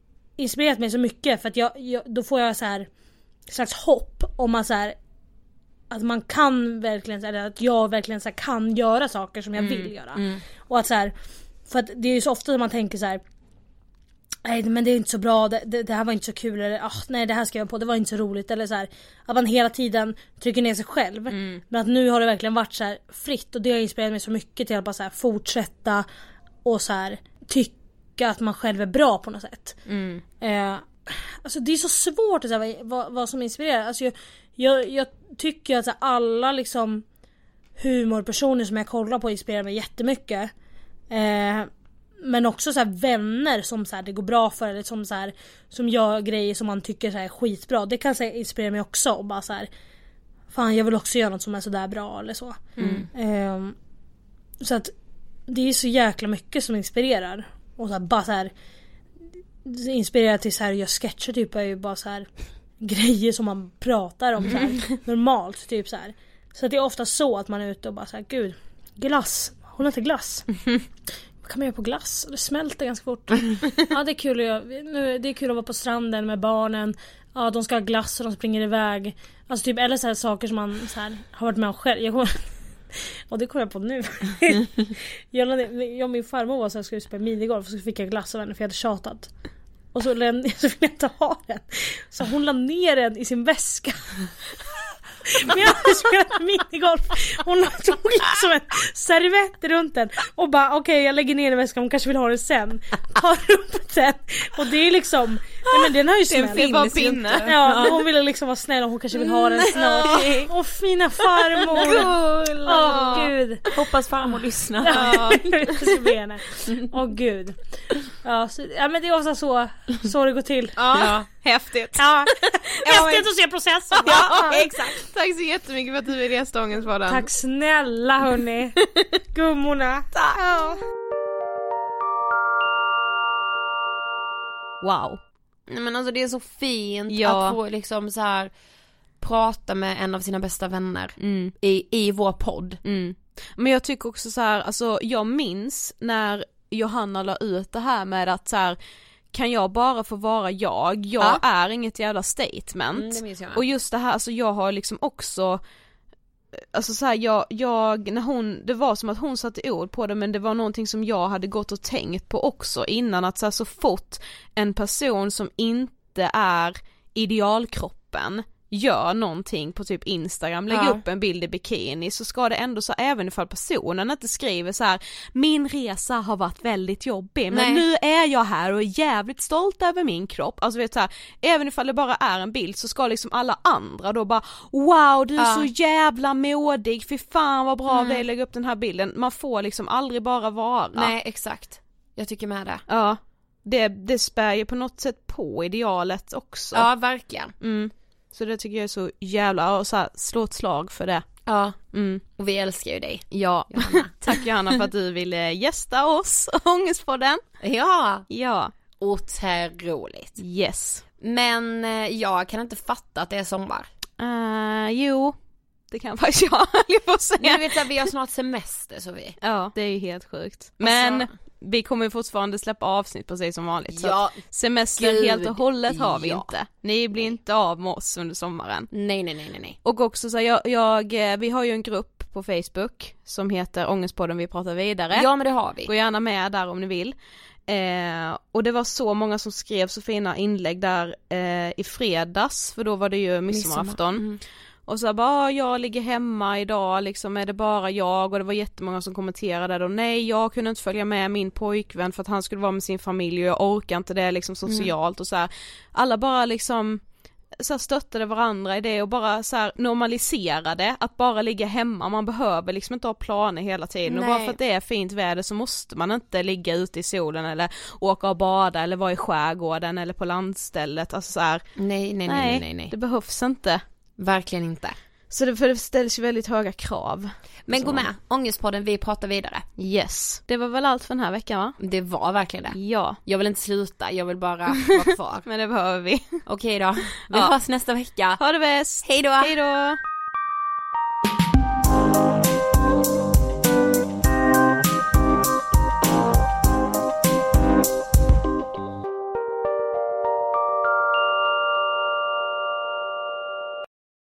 inspirerat mig så mycket för att jag då får jag så här slags hopp om att så här, att man kan verkligen, eller att jag verkligen så här, kan göra saker som jag vill göra. Och att så här, för att det är ju så ofta som man tänker så här: nej men det är inte så bra, det här var inte så kul, eller nej det här ska jag på, det var inte så roligt, eller så här, att man hela tiden trycker ner sig själv. Men att nu har det verkligen varit så här fritt, och det har inspirerat mig så mycket till att bara så här fortsätta och så här tycka att man själv är bra på något sätt. Alltså det är så svårt att säga vad som inspirerar. Alltså jag tycker att alla liksom humorpersoner som jag kollar på inspirerar mig jättemycket. Men också så här vänner som så här, det går bra för, eller som så här, som gör grejer som man tycker så här, är skitbra. Det kan så här, inspirera mig också, och bara så här, fan jag vill också göra något som är så där bra eller så. Så att det är så jäkla mycket som inspirerar, och så här, bara så här inspirerar till så här, jag sketcher typ är ju bara så här grejer som man pratar om så här, normalt typ så här. Så att det är ofta så att man är ute och bara så här, gud, glass, hon har inte glass. Vad kan man göra på glass? Det smälter ganska fort. Ja, det är kul att göra. Det är kul att vara på stranden med barnen. Ja, de ska ha glass och de springer iväg. Alltså typ, eller så här saker som man så här, har varit med om själv. Och det kommer jag på nu. Jag och min farmor var så här, skulle spela minigolf, och så fick jag glass av henne för jag hade tjatat. Och så ville jag inte ha den. Så hon la ner den i sin väska. Men jag hade spelat minigolf. Hon tog liksom en servett runt den och bara okej, jag lägger ner den i väskan, hon kanske vill ha den sen. Tar upp den. Och det är liksom, nej men den har ju smält. Det var pinne. Ja, hon ville liksom vara snäll och hon kanske vill ha den snart. Åh, fina farmor. Åh gud. Hoppas farmor lyssnar. Åh gud. Ja, men det är också så det går till. Ja. Häftigt. Ja. Häftigt att se processen. Ja, exakt. Tack så jättemycket för att du ville gästa Ångestpodden. Tack snälla hörni. Gummorna. Tack. Ja. Wow. Nej, men alltså det är så fint att få liksom så här prata med en av sina bästa vänner i vår podd. Men jag tycker också så här, alltså jag minns när Johanna la ut det här med att så här, kan jag bara få vara jag är inget jävla statement. Det minns jag. Och just det här, alltså jag har liksom också, alltså så här, jag när hon, det var som att hon satte ord på det, men det var någonting som jag hade gått och tänkt på också innan, att så fort en person som inte är idealkroppen gör någonting på typ Instagram, lägger upp en bild i bikini, så ska det ändå så, även ifall personen inte skriver så här: min resa har varit väldigt jobbig, men nu är jag här och är jävligt stolt över min kropp. Alltså vet så här, även ifall det bara är en bild, så ska liksom alla andra då bara wow, du är så jävla modig, fy fan vad bra det är, lägga upp den här bilden. Man får liksom aldrig bara vara. Nej, exakt. Jag tycker med det. Ja. Det spär ju på något sätt på idealet också. Ja, verkligen. Så det tycker jag är så jävla, och så här, slå ett slag för det. Ja, och vi älskar ju dig. Ja, Johanna. Tack Johanna för att du ville gästa oss och Ångestpodden. Ja. Otroligt. Yes. Men jag kan inte fatta att det är sommar. Jo, det kan faktiskt jag på säga. Men du vet att vi har snart semester, så vi. Ja, det är ju helt sjukt. Men vi kommer fortfarande släppa avsnitt precis som vanligt. Så att semester helt och hållet har vi inte. Ni blir inte av med oss under sommaren. Nej. Och också så vi har ju en grupp på Facebook som heter Ångestpodden vi pratar vidare. Ja, men det har vi. Gå gärna med där om ni vill. Och det var så många som skrev så fina inlägg där i fredags, för då var det ju midsommarafton. Och så bara, jag ligger hemma idag, liksom är det bara jag? Och det var jättemånga som kommenterade då, nej jag kunde inte följa med min pojkvän för att han skulle vara med sin familj och jag orkar inte det liksom socialt och så här. Alla bara liksom så här stöttade varandra i det och bara så här normaliserade att bara ligga hemma. Man behöver liksom inte ha planer hela tiden. Nej. Och bara för att det är fint väder så måste man inte ligga ute i solen eller åka och bada eller vara i skärgården eller på landstället. Alltså så här, nej. Det behövs inte. Verkligen inte. Så det ställs ju väldigt höga krav. Men gå med, Ångestpodden, vi pratar vidare. Yes. Det var väl allt för den här veckan, va? Det var verkligen det. Ja. Jag vill inte sluta, jag vill bara vara kvar. Men det behöver vi. Okej då. Vi hörs nästa vecka. Ha det bäst. Hej då. Hej då.